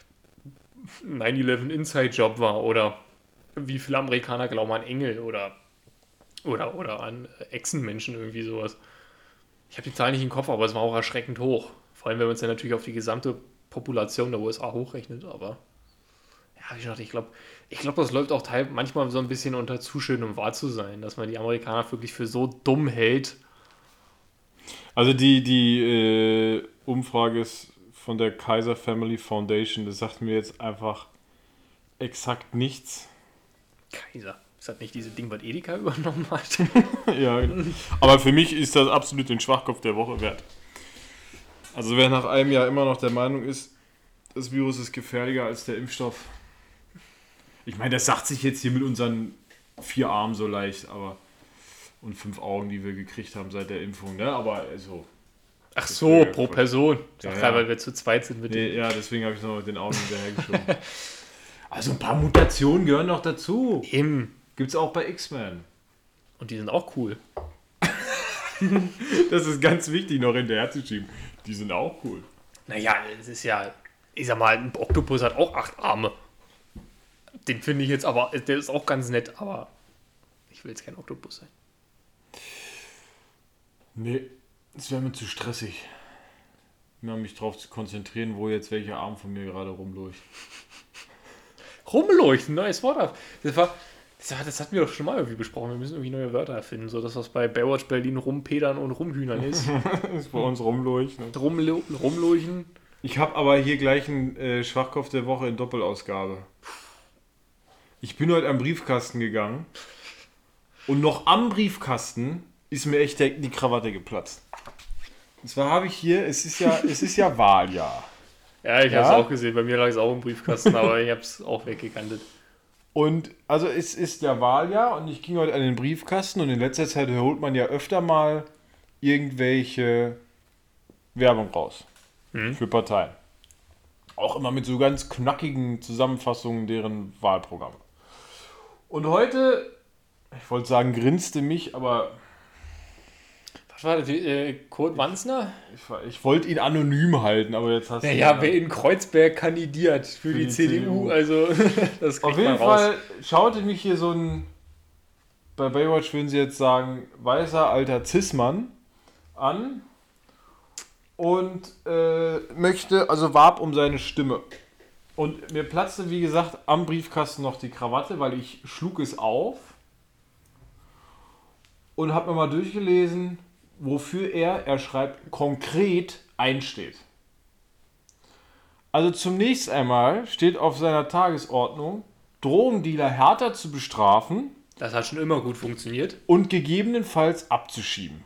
B: 9/11 Inside-Job war oder wie viele Amerikaner glauben an Engel oder an Echsenmenschen, irgendwie sowas. Ich habe die Zahl nicht im Kopf, aber es war auch erschreckend hoch. Vor allem, wenn man es dann natürlich auf die gesamte Population der USA hochrechnet, aber ja, wie gesagt, ich glaube, das läuft auch manchmal so ein bisschen unter zu schön, um wahr zu sein, dass man die Amerikaner wirklich für so dumm hält.
A: Also die Umfrage ist von der Kaiser Family Foundation, das sagt mir jetzt einfach exakt nichts.
B: Kaiser, ist das nicht dieses Ding, was Edeka übernommen hat?
A: Ja, genau. Aber für mich ist das absolut den Schwachkopf der Woche wert. Also wer nach einem Jahr immer noch der Meinung ist, das Virus ist gefährlicher als der Impfstoff. Ich meine, das sagt sich jetzt hier mit unseren 4 Armen so leicht, und 5 Augen, die wir gekriegt haben seit der Impfung, ne? Aber also.
B: Ach so, pro
A: Quatsch.
B: Person.
A: Ja,
B: Ach, weil wir zu zweit sind mit dem.
A: Ja, deswegen habe ich noch mit den Augen hinterhergeschoben. Also ein paar Mutationen gehören noch dazu.
B: Eben.
A: Gibt's auch bei X-Men.
B: Und die sind auch cool.
A: Das ist ganz wichtig noch hinterher zu schieben. Die sind auch cool.
B: Naja, es ist ja, ich sag mal, ein Oktopus hat auch 8 Arme. Den finde ich jetzt aber, der ist auch ganz nett, aber ich will jetzt kein Oktopus sein.
A: Nee, das wäre mir zu stressig. Mir mich darauf zu konzentrieren, wo jetzt welcher Arm von mir gerade rumleuchtet.
B: Rumleuchten, neues Wort. Das hatten wir doch schon mal irgendwie besprochen. Wir müssen irgendwie neue Wörter erfinden, so dass was bei Baywatch Berlin rumpedern und rumhühnern ist.
A: Das ist bei uns rumleuchten.
B: Rumleuchten.
A: Ich habe aber hier gleich einen Schwachkopf der Woche in Doppelausgabe. Ich bin heute am Briefkasten gegangen und noch am Briefkasten ist mir echt die Krawatte geplatzt. Und zwar habe ich hier, es ist ja Wahljahr.
B: Ja, ich habe es auch gesehen. Bei mir lag es auch im Briefkasten, aber ich habe es auch weggekantet.
A: Und also es ist ja Wahljahr und ich ging heute an den Briefkasten und in letzter Zeit holt man ja öfter mal irgendwelche Werbung raus für Parteien. Auch immer mit so ganz knackigen Zusammenfassungen deren Wahlprogramme. Und heute, ich wollte sagen, grinste mich, aber
B: Was war das? Kurt Wanzner?
A: ich wollte ihn anonym halten, aber jetzt hast du...
B: Naja, wer in Kreuzberg kandidiert für die CDU, also das kriegt
A: Auf
B: man
A: jeden
B: raus.
A: Fall schaute mich hier so ein, bei Baywatch würden sie jetzt sagen, weißer alter Cis-Mann an und warb um seine Stimme. Und mir platzte, wie gesagt, am Briefkasten noch die Krawatte, weil ich schlug es auf und habe mir mal durchgelesen, wofür er schreibt, konkret einsteht. Also zunächst einmal steht auf seiner Tagesordnung, Drogendealer härter zu bestrafen
B: Das hat schon immer gut funktioniert.
A: und gegebenenfalls abzuschieben.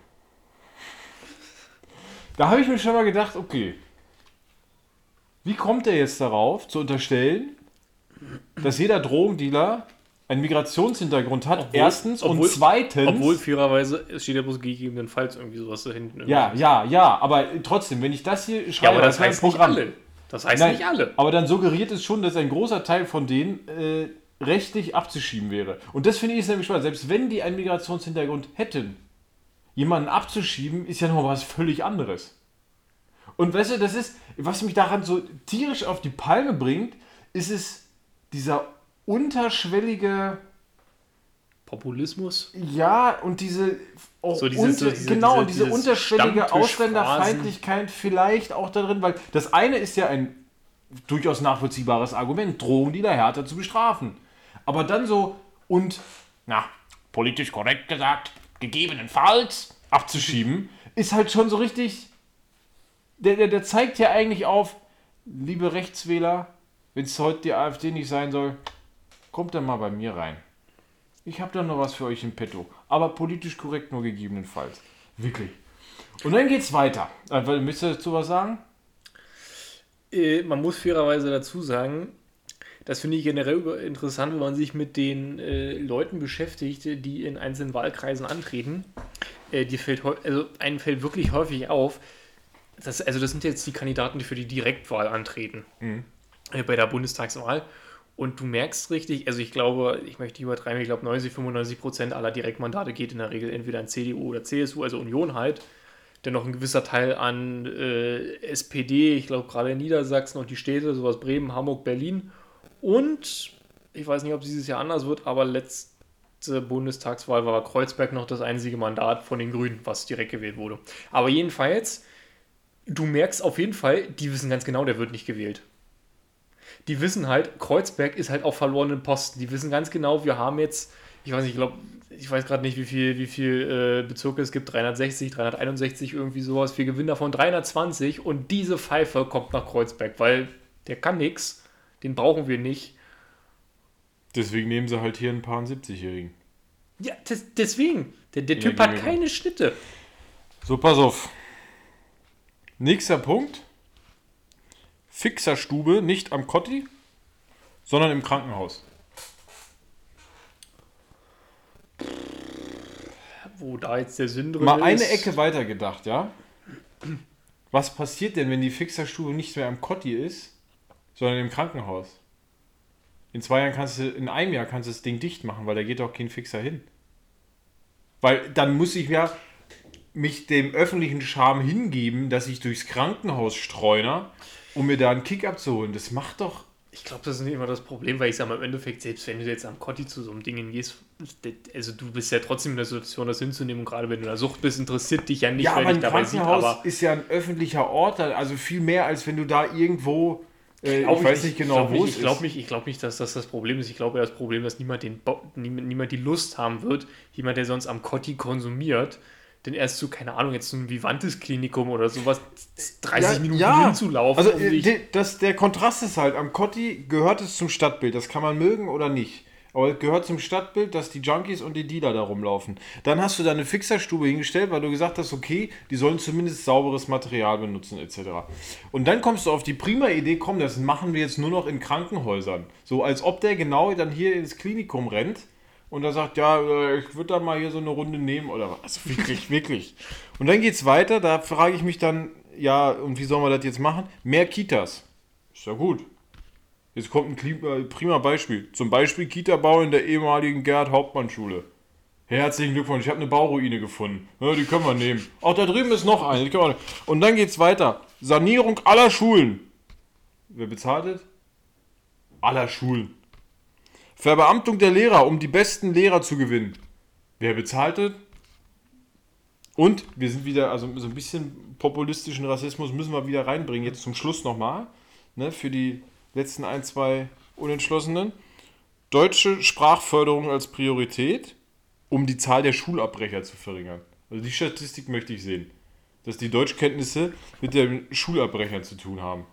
A: Da habe ich mir schon mal gedacht, okay, wie kommt er jetzt darauf, zu unterstellen, dass jeder Drogendealer einen Migrationshintergrund hat, erstens, und zweitens...
B: Obwohl, fairerweise, es steht ja bloß gegebenenfalls irgendwie sowas da hinten.
A: Ja, aber trotzdem, wenn ich das hier schreibe...
B: Ja, aber das
A: als
B: heißt nicht alle. Das heißt nicht alle.
A: Aber dann suggeriert es schon, dass ein großer Teil von denen rechtlich abzuschieben wäre. Und das finde ich nämlich spannend. Selbst wenn die einen Migrationshintergrund hätten, jemanden abzuschieben, ist ja noch was völlig anderes. Und weißt du, das ist, was mich daran so tierisch auf die Palme bringt, ist es dieser unterschwellige
B: Populismus?
A: Ja, und diese auch
B: So diese
A: unterschwellige
B: Stammtischphrasen.
A: Ausländerfeindlichkeit vielleicht auch da drin, weil das eine ist ja ein durchaus nachvollziehbares Argument, Drogendealer härter zu bestrafen. Aber dann so politisch korrekt gesagt, gegebenenfalls abzuschieben, ist halt schon so richtig, der zeigt ja eigentlich auf, liebe Rechtswähler, wenn es heute die AfD nicht sein soll, kommt dann mal bei mir rein. Ich habe da noch was für euch im Petto. Aber politisch korrekt nur gegebenenfalls. Wirklich. Und dann geht's weiter. Willst du dazu was sagen?
B: Man muss fairerweise dazu sagen, das finde ich generell interessant, wenn man sich mit den Leuten beschäftigt, die in einzelnen Wahlkreisen antreten. einem fällt wirklich häufig auf, das sind jetzt die Kandidaten, die für die Direktwahl antreten. Bei der Bundestagswahl. Und du merkst richtig, also ich glaube, ich möchte nicht übertreiben, ich glaube 95% aller Direktmandate geht in der Regel entweder an CDU oder CSU, also Union halt. Dennoch ein gewisser Teil an SPD, ich glaube gerade in Niedersachsen und die Städte, sowas Bremen, Hamburg, Berlin. Und ich weiß nicht, ob es dieses Jahr anders wird, aber letzte Bundestagswahl war Kreuzberg noch das einzige Mandat von den Grünen, was direkt gewählt wurde. Aber jedenfalls, du merkst auf jeden Fall, die wissen ganz genau, der wird nicht gewählt. Die wissen halt, Kreuzberg ist halt auf verlorenen Posten. Die wissen ganz genau, wir haben jetzt, ich weiß gerade nicht, wie viel Bezirke es gibt, 360, 361, irgendwie sowas. Wir gewinnen davon 320 und diese Pfeife kommt nach Kreuzberg, weil der kann nix, den brauchen wir nicht.
A: Deswegen nehmen sie halt hier ein paar 70-Jährigen.
B: Ja, deswegen. Der Typ hat keine Schnitte.
A: So, pass auf. Nächster Punkt. Fixerstube nicht am Kotti, sondern im Krankenhaus.
B: Wo da jetzt der Sinn drin
A: Mal
B: ist.
A: eine Ecke weiter gedacht, ja? Was passiert denn, wenn die Fixerstube nicht mehr am Kotti ist, sondern im Krankenhaus? In einem Jahr kannst du das Ding dicht machen, weil da geht doch kein Fixer hin. Weil dann muss ich ja mich dem öffentlichen Charme hingeben, dass ich durchs Krankenhaus streune, um mir da einen Kick abzuholen. Das macht doch...
B: Ich glaube, das ist nicht immer das Problem, weil ich sage mal, im Endeffekt, selbst wenn du jetzt am Kotti zu so einem Ding gehst, also du bist ja trotzdem in der Situation, das hinzunehmen, und gerade wenn du in der Sucht bist, interessiert dich ja nicht,
A: ja,
B: wer
A: aber
B: dich dabei sieht.
A: Krankenhaus ist ja ein öffentlicher Ort, also viel mehr, als wenn du da irgendwo... ich weiß nicht genau, wo es ist.
B: Ich glaube nicht, dass das Problem ist. Ich glaube eher das Problem, dass niemand die Lust haben wird, jemand, der sonst am Kotti konsumiert, denn erst zu, keine Ahnung, jetzt zu einem Vivantes-Klinikum oder sowas 30 Minuten hinzulaufen.
A: Also der Kontrast ist halt, am Kotti gehört es zum Stadtbild, das kann man mögen oder nicht. Aber es gehört zum Stadtbild, dass die Junkies und die Dealer da rumlaufen. Dann hast du da eine Fixerstube hingestellt, weil du gesagt hast, okay, die sollen zumindest sauberes Material benutzen etc. Und dann kommst du auf die prima Idee, komm, das machen wir jetzt nur noch in Krankenhäusern. So als ob der genau dann hier ins Klinikum rennt und er sagt, ja, ich würde dann mal hier so eine Runde nehmen oder was. Also wirklich. Und dann geht's weiter, da frage ich mich dann, ja, und wie sollen wir das jetzt machen? Mehr Kitas. Ist ja gut. Jetzt kommt ein prima Beispiel. Zum Beispiel Kita-Bau in der ehemaligen Gerhard-Hauptmann-Schule. Herzlichen Glückwunsch, ich habe eine Bauruine gefunden. Ja, die können wir nehmen. Auch da drüben ist noch eine. Und dann geht's weiter. Sanierung aller Schulen. Wer bezahlt das? Aller Schulen. Verbeamtung der Lehrer, um die besten Lehrer zu gewinnen. Wer bezahlt das? Und wir sind wieder, also so ein bisschen populistischen Rassismus müssen wir wieder reinbringen. Jetzt zum Schluss nochmal. Ne, für die letzten 1, 2 Unentschlossenen. Deutsche Sprachförderung als Priorität, um die Zahl der Schulabbrecher zu verringern. Also die Statistik möchte ich sehen. Dass die Deutschkenntnisse mit den Schulabbrechern zu tun haben.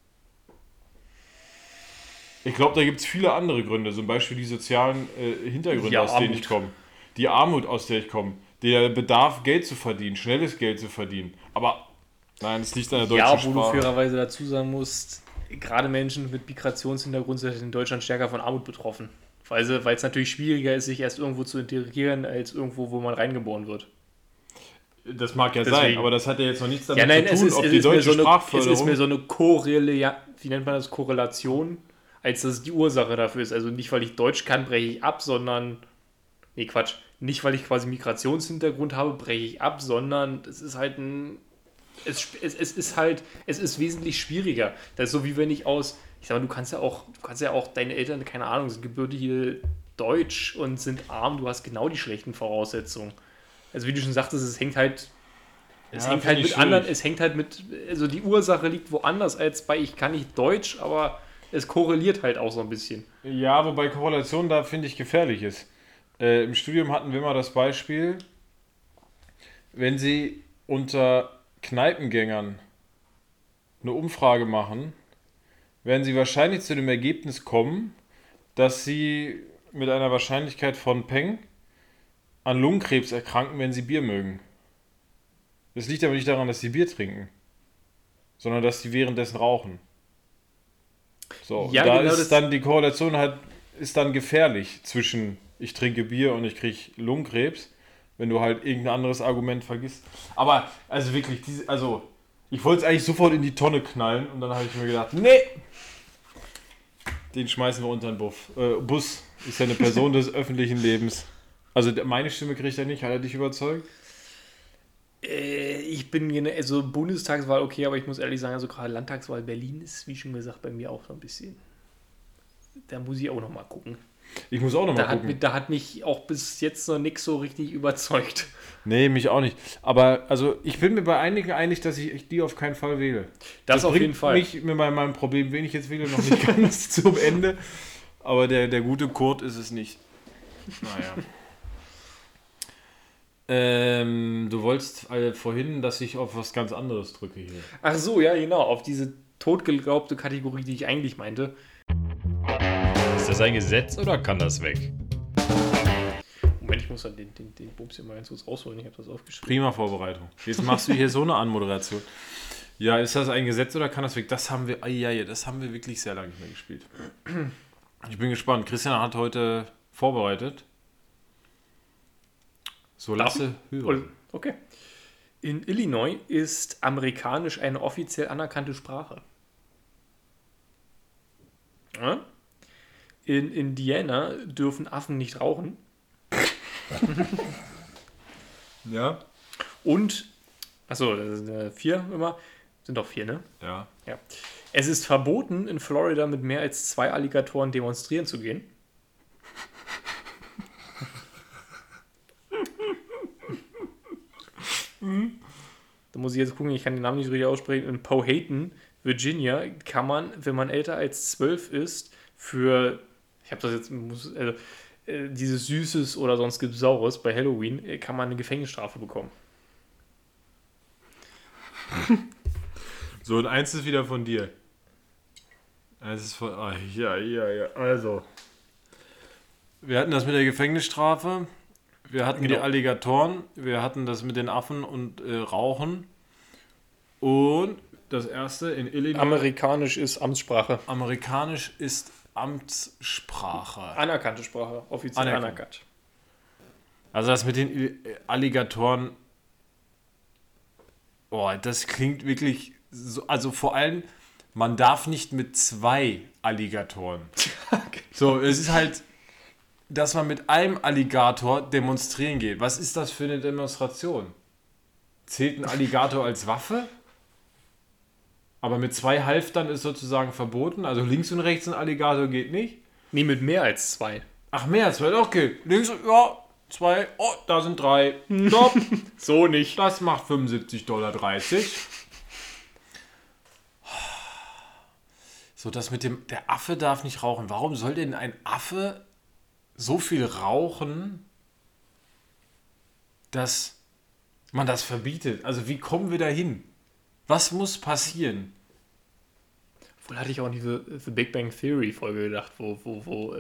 A: Ich glaube, da gibt es viele andere Gründe. Zum Beispiel die sozialen Hintergründe, aus denen ich komme. Die Armut, aus der ich komme. Der Bedarf, Geld zu verdienen, schnelles Geld zu verdienen. Aber nein, es liegt an der deutschen Sprache.
B: Ja, wo du fairerweise dazu sagen musst, gerade Menschen mit Migrationshintergrund sind in Deutschland stärker von Armut betroffen. Weil es natürlich schwieriger ist, sich erst irgendwo zu integrieren, als irgendwo, wo man reingeboren wird.
A: Das mag ja sein, aber das hat ja jetzt noch nichts damit zu tun, ob die deutsche Sprachförderung...
B: Es ist mir so eine Korrelation, als dass es die Ursache dafür ist. Also nicht, weil ich Deutsch kann, breche ich ab, sondern... Nee, Quatsch. Nicht, weil ich quasi Migrationshintergrund habe, breche ich ab, sondern es ist halt es ist wesentlich schwieriger. Das ist so, wie wenn ich ich sag mal, du kannst ja auch, deine Eltern, keine Ahnung, sind gebürtige Deutsch und sind arm, du hast genau die schlechten Voraussetzungen. Also wie du schon sagtest, es hängt halt mit, also die Ursache liegt woanders als bei ich kann nicht Deutsch, aber es korreliert halt auch so ein bisschen.
A: Ja, wobei Korrelation da, finde ich, gefährlich ist. Im Studium hatten wir mal das Beispiel, wenn sie unter Kneipengängern eine Umfrage machen, werden sie wahrscheinlich zu dem Ergebnis kommen, dass sie mit einer Wahrscheinlichkeit von Peng an Lungenkrebs erkranken, wenn sie Bier mögen. Das liegt aber nicht daran, dass sie Bier trinken, sondern dass sie währenddessen rauchen. So, ja, da genau, ist dann die Korrelation halt ist dann gefährlich zwischen ich trinke Bier und ich kriege Lungenkrebs, wenn du halt irgendein anderes Argument vergisst. Aber, also wirklich, ich wollte es eigentlich sofort in die Tonne knallen und dann habe ich mir gedacht, nee, den schmeißen wir unter den Bus. Ist ja eine Person des öffentlichen Lebens. Also meine Stimme kriegt er nicht, hat er dich überzeugt?
B: Ich bin, also Bundestagswahl okay, aber ich muss ehrlich sagen, also gerade Landtagswahl Berlin ist, wie schon gesagt, bei mir auch so ein bisschen. Da muss ich auch nochmal gucken.
A: Ich muss auch nochmal gucken.
B: Da hat mich auch bis jetzt noch nichts so richtig überzeugt.
A: Nee, mich auch nicht. Aber also ich bin mir bei einigen einig, dass ich die auf keinen Fall wähle.
B: Das auf
A: bringt
B: jeden Fall.
A: mich mit meinem Problem, wen ich jetzt wähle, noch nicht ganz zum Ende. Aber der gute Kurt ist es nicht. Naja. Du wolltest vorhin, dass ich auf was ganz anderes drücke hier.
B: Ach so, ja, genau. Auf diese totgeglaubte Kategorie, die ich eigentlich meinte.
C: Ist das ein Gesetz oder kann das weg?
B: Moment, ich muss dann den Bums hier mal ganz kurz rausholen. Ich habe das aufgeschrieben.
A: Prima Vorbereitung. Jetzt machst du hier so eine Anmoderation. Ja, ist das ein Gesetz oder kann das weg? Das haben wir wirklich sehr lange nicht mehr gespielt. Ich bin gespannt. Christian hat heute vorbereitet. So lasse hören.
B: Okay. In Illinois ist Amerikanisch eine offiziell anerkannte Sprache. Ja? In Indiana dürfen Affen nicht rauchen.
A: Ja?
B: Und, achso, das sind 4 immer. Sind doch 4, ne?
A: Ja.
B: Ja. Es ist verboten, in Florida mit mehr als 2 Alligatoren demonstrieren zu gehen. Da muss ich jetzt gucken, ich kann den Namen nicht richtig aussprechen. In Powhatan, Virginia, kann man, wenn man älter als 12 ist, für, ich habe das jetzt, dieses Süßes oder sonst gibt es Saures bei Halloween, kann man eine Gefängnisstrafe bekommen.
A: So, und eins ist wieder von dir. Eins ist von. Ja. Also. Wir hatten das mit der Gefängnisstrafe. Wir hatten die Alligatoren. Wir hatten das mit den Affen und Rauchen. Und das erste in Illinois.
B: Amerikanisch ist Amtssprache.
A: Amerikanisch ist Amtssprache.
B: Anerkannte Sprache, offiziell anerkannt.
A: Also das mit den Alligatoren. Oh, das klingt wirklich so, also vor allem, man darf nicht mit 2 Alligatoren. So, es ist halt, dass man mit einem Alligator demonstrieren geht. Was ist das für eine Demonstration? Zählt ein Alligator als Waffe? Aber mit 2 Halftern ist sozusagen verboten. Also links und rechts ein Alligator geht nicht.
B: Nee, mit mehr als 2.
A: Ach, mehr als 2, okay. Links und, ja, 2, oh, da sind 3. Stopp.
B: So nicht.
A: Das macht $75,30. So, das mit dem, der Affe darf nicht rauchen. Warum soll denn ein Affe so viel rauchen, dass man das verbietet? Also wie kommen wir da hin? Was muss passieren?
B: Wohl hatte ich auch an diese The Big Bang Theory Folge gedacht, wo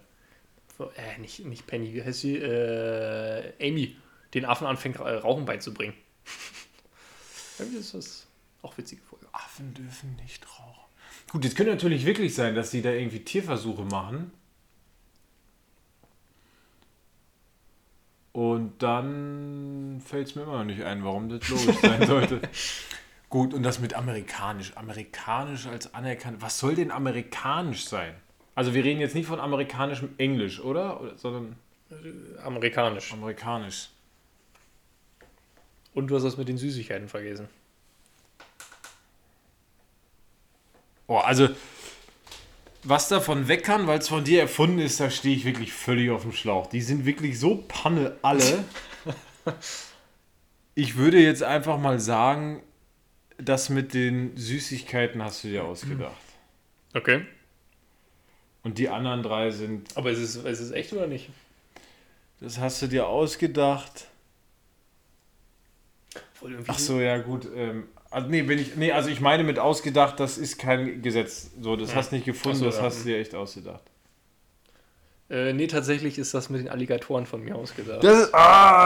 B: nicht Penny, wie heißt sie? Amy den Affen anfängt, Rauchen beizubringen. Irgendwie ist das auch witzige Folge.
A: Affen dürfen nicht rauchen. Gut, jetzt könnte natürlich wirklich sein, dass die da irgendwie Tierversuche machen. Und dann fällt es mir immer noch nicht ein, warum das logisch sein sollte. Gut, und das mit amerikanisch. Amerikanisch als anerkannt. Was soll denn amerikanisch sein? Also wir reden jetzt nicht von amerikanischem Englisch, oder? Sondern
B: Amerikanisch.
A: Amerikanisch.
B: Und du hast das mit den Süßigkeiten vergessen.
A: Oh, also was davon weg kann, weil es von dir erfunden ist, da stehe ich wirklich völlig auf dem Schlauch. Die sind wirklich so Panne alle. Ich würde jetzt einfach mal sagen, das mit den Süßigkeiten hast du dir ausgedacht.
B: Okay.
A: Und die anderen 3 sind...
B: Aber ist es echt oder nicht?
A: Das hast du dir ausgedacht. Ach so, ja gut. Also ich meine mit ausgedacht, das ist kein Gesetz. So, das hast du nicht gefunden, so, das hast du dir echt ausgedacht.
B: Nee, tatsächlich ist das mit den Alligatoren von mir ausgedacht.
A: Das ist...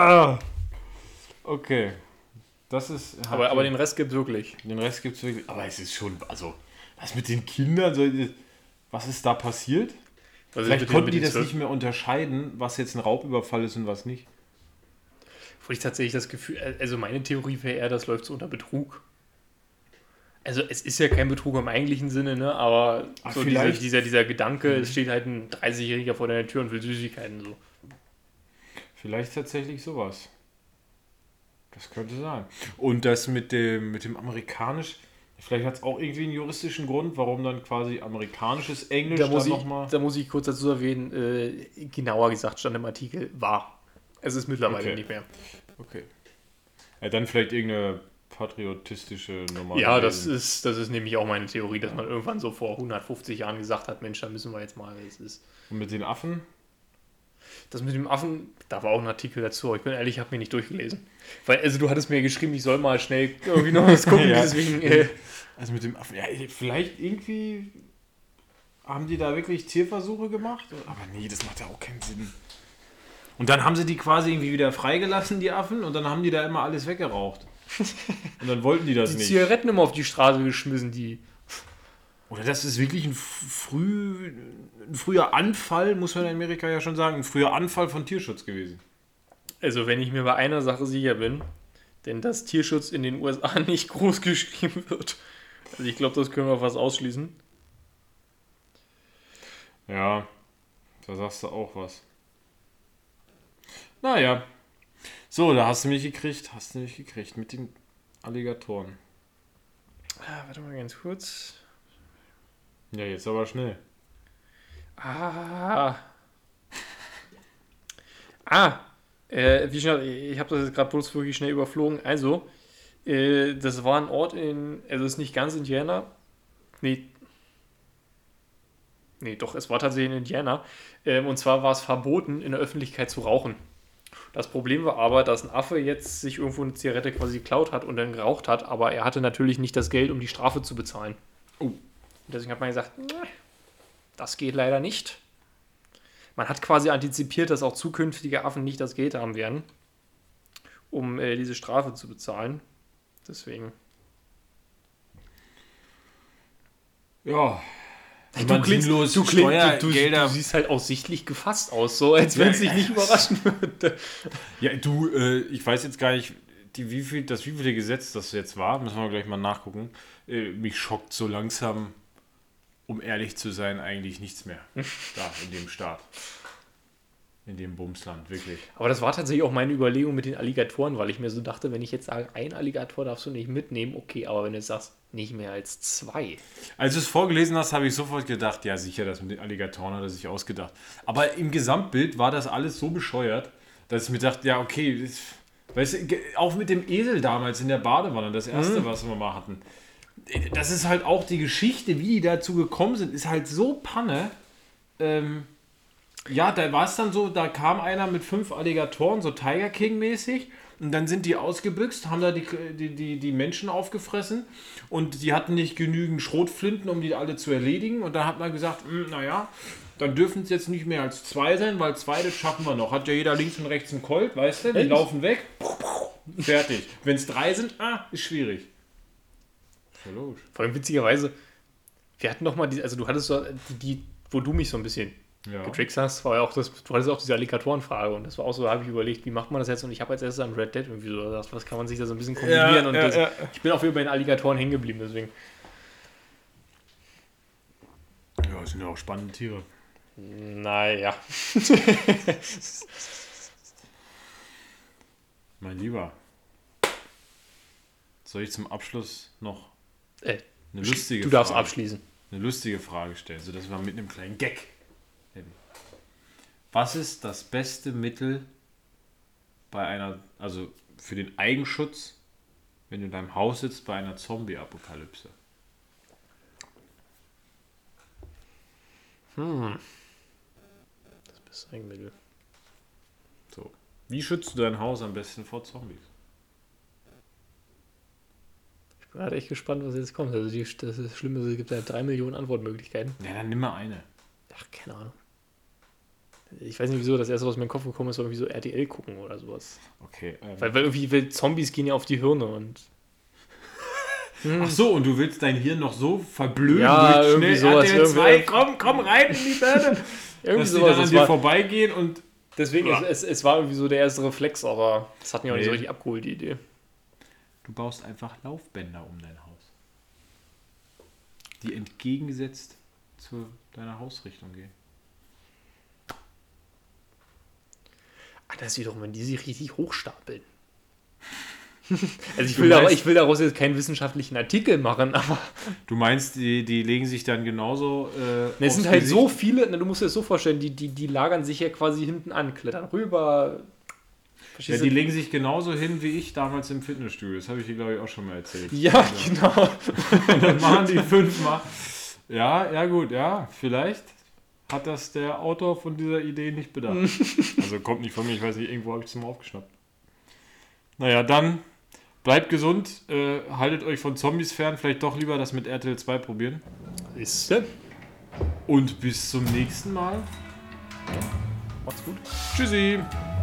A: Okay. Das ist...
B: Aber den Rest gibt es wirklich.
A: Den Rest gibt es wirklich. Aber es ist schon... Also, was mit den Kindern? Was ist da passiert?
B: Also
A: Vielleicht konnten die das nicht mehr unterscheiden, was jetzt ein Raubüberfall ist und was nicht.
B: Wo ich tatsächlich das Gefühl, also meine Theorie wäre eher, das läuft so unter Betrug. Also es ist ja kein Betrug im eigentlichen Sinne, ne? Aber so dieser Gedanke, es steht halt ein 30-Jähriger vor deiner Tür und will Süßigkeiten so.
A: Vielleicht tatsächlich sowas. Das könnte sein. Und das mit dem amerikanisch, vielleicht hat es auch irgendwie einen juristischen Grund, warum dann quasi amerikanisches Englisch nochmal...
B: Da muss ich kurz dazu erwähnen, genauer gesagt stand im Artikel, war. Es ist mittlerweile nicht mehr.
A: Okay. Ja, dann vielleicht irgendeine patriotistische Nummer.
B: Ja, das ist nämlich auch meine Theorie, dass man irgendwann so vor 150 Jahren gesagt hat, Mensch, da müssen wir jetzt mal,
A: Und mit den Affen?
B: Das mit dem Affen, da war auch ein Artikel dazu, aber ich bin ehrlich, ich habe mir nicht durchgelesen. Weil, also du hattest mir geschrieben, ich soll mal schnell irgendwie noch was gucken,
A: ja.
B: deswegen...
A: Also mit dem Affen, ja, vielleicht irgendwie haben die da wirklich Tierversuche gemacht? Aber nee, das macht ja auch keinen Sinn. Und dann haben sie die quasi irgendwie wieder freigelassen, die Affen, und dann haben die da immer alles weggeraucht. Und dann wollten die das
B: die
A: nicht.
B: Die Zigaretten immer auf die Straße geschmissen, die...
A: Oder das ist wirklich ein früher Anfall, muss man in Amerika ja schon sagen, ein früher Anfall von Tierschutz gewesen.
B: Also wenn ich mir bei einer Sache sicher bin, denn dass Tierschutz in den USA nicht groß geschrieben wird. Also ich glaube, das können wir fast ausschließen.
A: Ja, da sagst du auch was. Naja. So, da hast du mich gekriegt mit den Alligatoren.
B: Warte mal ganz kurz.
A: Ja, jetzt aber schnell.
B: Wie schnell? Ich habe das jetzt gerade bloß wirklich schnell überflogen. Also, das war ein Ort also es ist nicht ganz Indiana. Nee, doch, es war tatsächlich in Indiana. Und zwar war es verboten, in der Öffentlichkeit zu rauchen. Das Problem war aber, dass ein Affe jetzt sich irgendwo eine Zigarette quasi geklaut hat und dann geraucht hat, aber er hatte natürlich nicht das Geld, um die Strafe zu bezahlen.
A: Oh.
B: Und deswegen hat man gesagt, das geht leider nicht. Man hat quasi antizipiert, dass auch zukünftige Affen nicht das Geld haben werden, um diese Strafe zu bezahlen. Deswegen.
A: Ja.
B: Du siehst halt auch sichtlich gefasst aus, so als wenn es dich nicht überraschen würde.
A: Ja, ich weiß jetzt gar nicht, das wievielte Gesetz das jetzt war, müssen wir gleich mal nachgucken. Mich schockt so langsam, um ehrlich zu sein, eigentlich nichts mehr da in dem Staat. In dem Bumsland, wirklich.
B: Aber das war tatsächlich auch meine Überlegung mit den Alligatoren, weil ich mir so dachte, wenn ich jetzt sage, ein Alligator darfst du nicht mitnehmen, okay, aber wenn du jetzt sagst, nicht mehr als 2.
A: Als du es vorgelesen hast, habe ich sofort gedacht, ja sicher, das mit den Alligatoren hat er sich ausgedacht. Aber im Gesamtbild war das alles so bescheuert, dass ich mir dachte, ja okay, weißt du, auch mit dem Esel damals in der Badewanne, das erste, was wir mal hatten. Das ist halt auch die Geschichte, wie die dazu gekommen sind, ist halt so Panne. Ja, da war es dann so, da kam einer mit 5 Alligatoren, so Tiger King mäßig, und dann sind die ausgebüxt, haben da die Menschen aufgefressen und die hatten nicht genügend Schrotflinten, um die alle zu erledigen, und dann hat man gesagt, naja, dann dürfen es jetzt nicht mehr als 2 sein, weil 2, das schaffen wir noch. Hat ja jeder links und rechts einen Colt, weißt du, die laufen weg, fertig. Wenn es 3 sind, ist schwierig. Ja, logisch.
B: Vor allem witzigerweise, wir hatten doch mal du hattest so wo du mich so ein bisschen getrickst hast, war ja auch du hattest auch diese Alligatorenfrage, und das war auch so, da habe ich überlegt, wie macht man das jetzt, und ich habe als erstes an Red Dead irgendwie so gedacht, was kann man sich da so ein bisschen kombinieren, ich bin auch wieder bei den Alligatoren hängen geblieben, deswegen.
A: Ja, das sind ja auch spannende Tiere.
B: Naja.
A: Mein Lieber, soll ich zum Abschluss noch eine lustige
B: Frage? Du darfst abschließen.
A: Eine lustige Frage stellen, sodass wir mit einem kleinen Gag enden. Was ist das beste Mittel für den Eigenschutz, wenn du in deinem Haus sitzt bei einer Zombie-Apokalypse?
B: Das beste Eigenmittel.
A: So. Wie schützt du dein Haus am besten vor Zombies?
B: Ich bin gerade echt gespannt, was jetzt kommt. Also das Schlimme ist, es gibt ja 3 Millionen Antwortmöglichkeiten.
A: Ja, dann nimm mal eine.
B: Ach, keine Ahnung. Ich weiß nicht, wieso das erste, was mir in den Kopf gekommen ist, war irgendwie so RTL gucken oder sowas.
A: Okay.
B: Weil Zombies gehen ja auf die Hirne und...
A: Ach so, und du willst dein Hirn noch so verblöden?
B: Ja, irgendwie sowas.
A: RTL 2, komm rein in die Birne.
B: Irgendwie
A: dass
B: sowas.
A: die dann an dir vorbeigehen und
B: Deswegen,
A: Ja.
B: es war irgendwie so der erste Reflex, aber das hat mich auch nicht so
A: Nee.
B: richtig abgeholt, die Idee.
A: Du baust einfach Laufbänder um dein Haus. Die entgegengesetzt zu deiner Hausrichtung gehen.
B: Ah, das ist wiederum, wenn die sich richtig hochstapeln. Also
A: Du meinst-
B: ich will daraus jetzt keinen wissenschaftlichen Artikel machen, aber
A: Du meinst, die legen sich dann genauso.
B: es
A: aufs
B: sind halt
A: Gesicht?
B: so viele, du musst dir das so vorstellen, die lagern sich ja quasi hinten an, klettern rüber.
A: Ja,
B: Verstehst
A: die
B: du?
A: legen sich genauso hin wie ich damals im Fitnessstudio. Das habe ich dir, glaube ich, auch schon mal erzählt.
B: Ja, genau.
A: Und dann machen die 5-mal. Ja, gut, ja. Vielleicht hat das der Autor von dieser Idee nicht bedacht. Also kommt nicht von mir, ich weiß nicht, irgendwo habe ich es mal aufgeschnappt. Naja, dann bleibt gesund, haltet euch von Zombies fern, vielleicht doch lieber das mit RTL 2 probieren.
B: Ist du?
A: Und bis zum nächsten Mal.
B: Macht's gut.
A: Tschüssi!